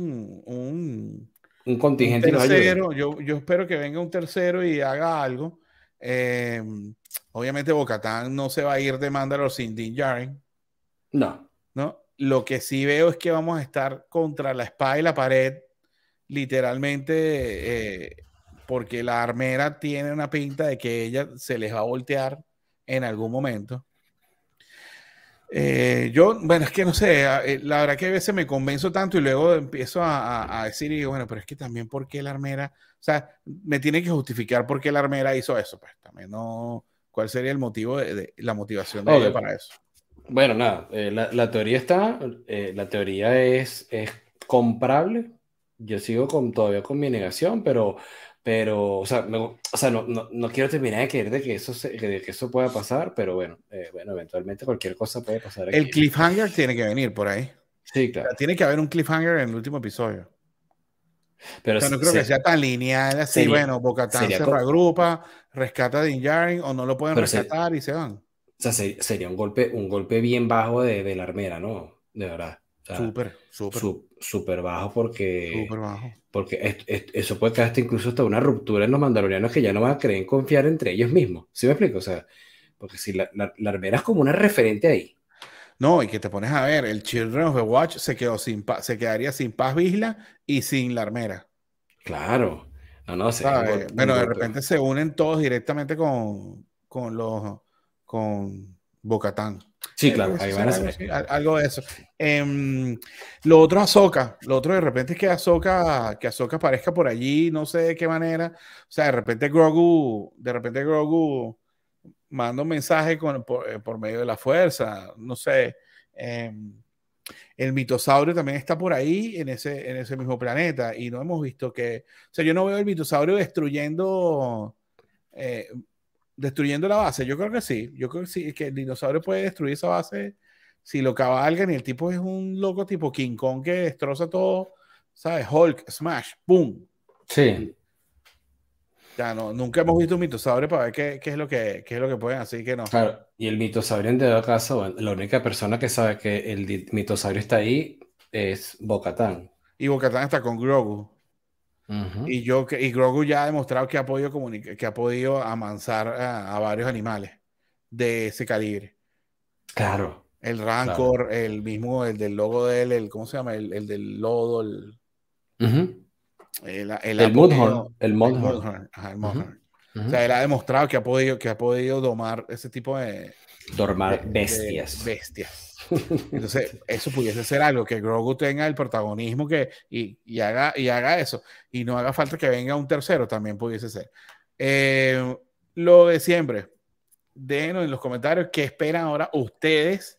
Un un contingente y los ayude. tercero. Yo espero que venga un tercero y haga algo. Eh, Obviamente, Bo-Katan no se va a ir de Mandalore sin Din Djarin, No, ¿no? Lo que sí veo es que vamos a estar contra la espada y la pared, literalmente, porque la armera tiene una pinta de que ella se les va a voltear en algún momento. Bueno, es que no sé, la verdad que a veces me convenzo tanto y luego empiezo a decir, y digo, bueno, pero es que también por qué la armera, o sea, me tiene que justificar por qué la armera hizo eso, pues también no, cuál sería el motivo la motivación de ella ok. para eso. Bueno, nada, la teoría está, la teoría es comprable. Yo sigo todavía con mi negación, o sea, no quiero terminar de creer de que eso pueda pasar, pero bueno, eventualmente cualquier cosa puede pasar El aquí, ¿no? cliffhanger tiene que venir por ahí. O Sí, sea, claro. tiene que haber un cliffhanger en el último episodio. O Pero sea, no creo que sea tan lineal así, sería, bueno, Bo-Katan sería, se co- reagrupa, rescata a Din Djarin o no lo pueden pero rescatar y se van. o sea, sería un golpe bien bajo de la armera, ¿no? De verdad. O sea, Súper, súper, súper bajo porque, súper bajo. porque eso puede caer incluso hasta una ruptura en los mandalorianos que ya no van a querer confiar entre ellos mismos. ¿Sí me explico? O sea, porque si la armera es como una referente ahí. No, y que te pones a ver, el Children of the Watch se quedaría sin Paz Vizla y sin la armera. Claro. No, no, sería un ¿Sabes? golpe, un Bueno, de golpe. repente se unen todos directamente con Bo-Katan. Sí, claro, Pudiese ahí van ser a algo ser. así, algo de eso. Lo otro Ahsoka, lo otro de repente es que Ahsoka aparezca por allí, no sé de qué manera. O sea, de repente Grogu manda un mensaje por medio de la fuerza, no sé. El mitosaurio también está por ahí en ese mismo planeta y no hemos visto que, o sea, yo no veo el mitosaurio eh, destruyendo la base. Yo creo que sí, que el dinosaurio puede destruir esa base si lo cabalgan y el tipo es un loco tipo King Kong que destroza todo, ¿sabes? Hulk, Smash, ¡boom! Sí, Ya no, nunca hemos visto un mitosaurio para ver qué es lo que pueden hacer y qué no. claro. Y el mitosaurio en todo caso, bueno, la única persona que sabe que el mitosaurio está ahí es Bo-Katan. Y Bo-Katan está con Grogu. Ujú. Y Grogu ya ha demostrado que ha podido que ha podido amansar a varios animales de ese calibre. Claro, El claro. Rancor, el mismo, el del logo de él, ¿cómo se llama? El del lodo, Ujú. él ha El podido, Mudhorn, el el Mudhorn. Mudhorn, ajá, el Ujú, Mudhorn. O ujú. sea, él ha demostrado que ha podido domar ese tipo Dormar de bestias. bestias. Entonces, eso pudiese ser algo, que Grogu tenga el protagonismo y haga eso. Y no haga falta que venga un tercero, también pudiese ser. Eh, lo de siempre, déjenos en los comentarios qué esperan ahora ustedes.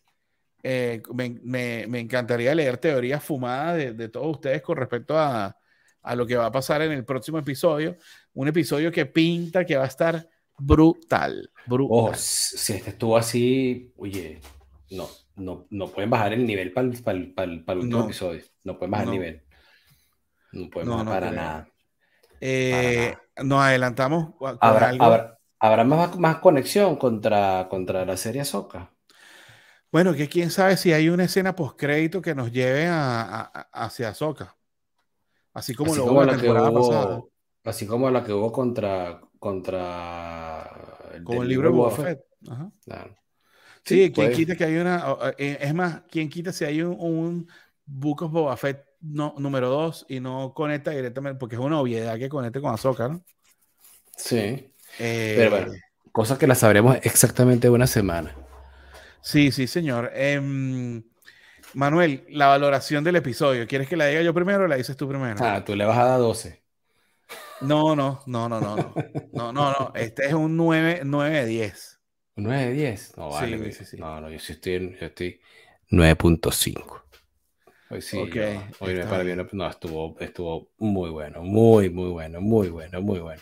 Me encantaría leer teorías fumadas de todos ustedes con respecto a lo que va a pasar en el próximo episodio. Un episodio que pinta que va a estar brutal, Ojo, brutal. si este estuvo así, oye, no pueden bajar el nivel para el último No, episodio. No pueden bajar el no, nivel. No pueden no, bajar no para creo. nada. Para nada. Nos adelantamos con ¿Habrá, algo. habrá, habrá más conexión contra la serie Ahsoka? Bueno, que quién sabe si hay una escena postcrédito que nos lleve hacia Ahsoka, así como Así lo hubo en como la la que temporada pasada, hubo, así como la que hubo contra el como el del libro libro de de Boba Boba Fett. Fett. Ajá. Claro. Sí, Sí, quien pues. quita que hay es más, quien quita si hay un Book of Boba Fett número 2 y no conecta directamente, porque es una obviedad que conecte con Ahsoka, ¿no? Sí. Pero Eh, bueno, cosas que las sabremos exactamente una semana. sí, sí, señor. Manuel, la valoración del episodio, ¿quieres que la diga yo primero o la dices tú primero? Ah, tú le vas a dar 12. No, no, no, no, no, no. No, no, no. Este es un 9 de 10. ¿Un 9 de 10? No, vale, Sí, güey. sí, sí. No, no, yo estoy 9.5. Hoy sí, Ok, hoy está para mí bien. no, estuvo muy bueno, muy, muy bueno, muy bueno, muy bueno.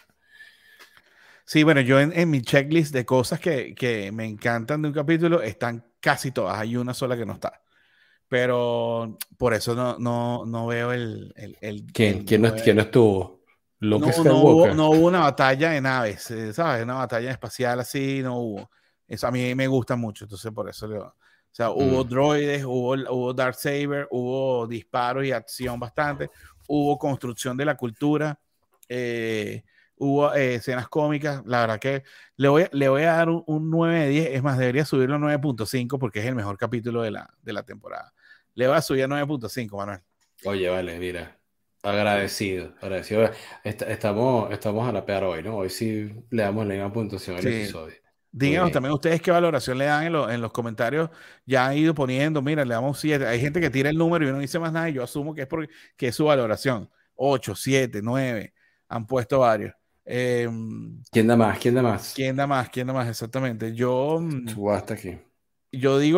Sí, bueno, yo en mi checklist de cosas que me encantan de un capítulo están casi todas. Hay una sola que no está. Pero por eso no veo ¿Quién, el quién no, quién 9. no estuvo? Luke No, no Skywalker. hubo una batalla de naves, ¿sabes? Una batalla espacial así, no hubo. Eso a mí me gusta mucho, entonces por eso o sea, hubo Mm, droides, hubo Darksaber, hubo disparos y acción bastante, hubo construcción de la cultura, eh, hubo escenas cómicas. La verdad que le voy a dar un 9 de 10. Es más, debería subirlo a 9.5 porque es el mejor capítulo de la temporada. Le voy a subir a 9.5, Manuel. Oye, vale, mira. Agradecido, agradecido. Estamos a la peor hoy, ¿no? Hoy sí le damos la misma puntuación al Sí. episodio. Muy Díganos bien. también ustedes qué valoración le dan en los comentarios. Ya han ido poniendo, mira, le damos 7. Hay gente que tira el número y no dice más nada y yo asumo que es porque que es su valoración. 8, 7, 9. Han puesto varios. Eh, ¿Quién da más? ¿Quién da más? ¿Quién da más? ¿Quién da más? Exactamente. Tú hasta aquí. Yo digo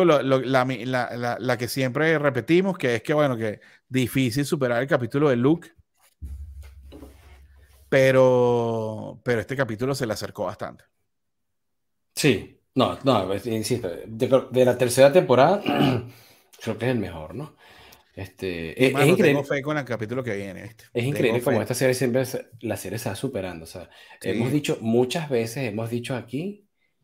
la que siempre repetimos, que es que, bueno, que difícil superar el capítulo de Luke, pero este capítulo se le acercó bastante. Sí, no, insisto, de la tercera temporada creo que es el mejor, ¿no? Y, Es mano, tengo increíble, fe con el capítulo que viene, ¿viste? es Tengo increíble como fe. esta serie siempre, la serie se va superando. O sea, hemos Sí. dicho muchas veces, hemos dicho aquí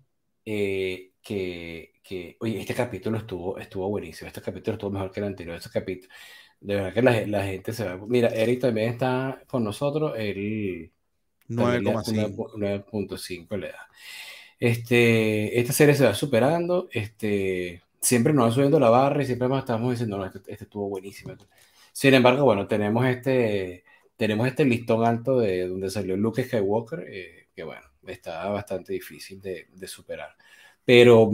oye, este capítulo estuvo buenísimo, este capítulo estuvo mejor que el anterior, este capítulo, de verdad que la gente se va. Mira, Eric también está con nosotros, él nueve también le da coma un cinco 9.5 le da. Esta serie se va superando, siempre nos va subiendo la barra y siempre nos estamos diciendo, no, este estuvo buenísimo. Sin embargo, bueno, tenemos este listón alto de donde salió Luke Skywalker, que bueno, está bastante difícil de superar. Pero,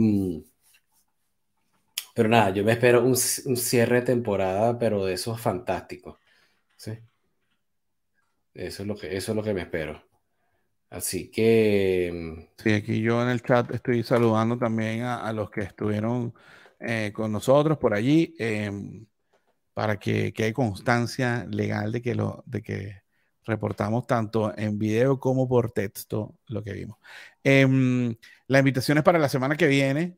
pero nada, yo me espero un cierre de temporada, pero de esos fantásticos, ¿sí? Eso es lo que me espero. Así que, Sí, aquí yo en el chat estoy saludando también a los que estuvieron con nosotros por allí, para que haya constancia legal de que reportamos tanto en video como por texto lo que vimos. La invitación es para la semana que viene,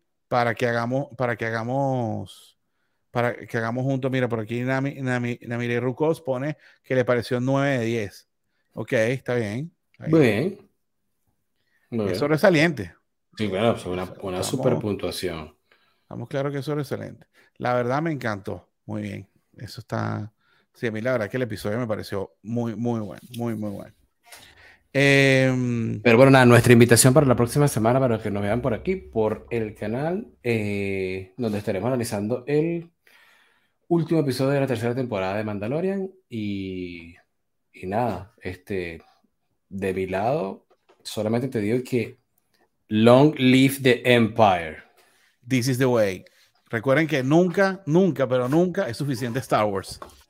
para que hagamos juntos. Mira, por aquí Namire Rucos pone que le pareció 9 de 10. Ok, está bien. Está Muy bien. bien, muy Es bien. sobresaliente. Sí, bueno, es una super Estamos, puntuación. estamos claros que es sobresaliente. La verdad me encantó. Muy bien. Eso está. Sí, a mí la verdad que el episodio me pareció muy, muy bueno. Muy, muy bueno. Pero bueno, nada, nuestra invitación para la próxima semana, para que nos vean por aquí, por el canal, donde estaremos analizando el último episodio de la tercera temporada de Mandalorian. Y nada, de mi lado, solamente te digo que Long live the Empire. This is the way. Recuerden que nunca, nunca, pero nunca es suficiente Star Wars.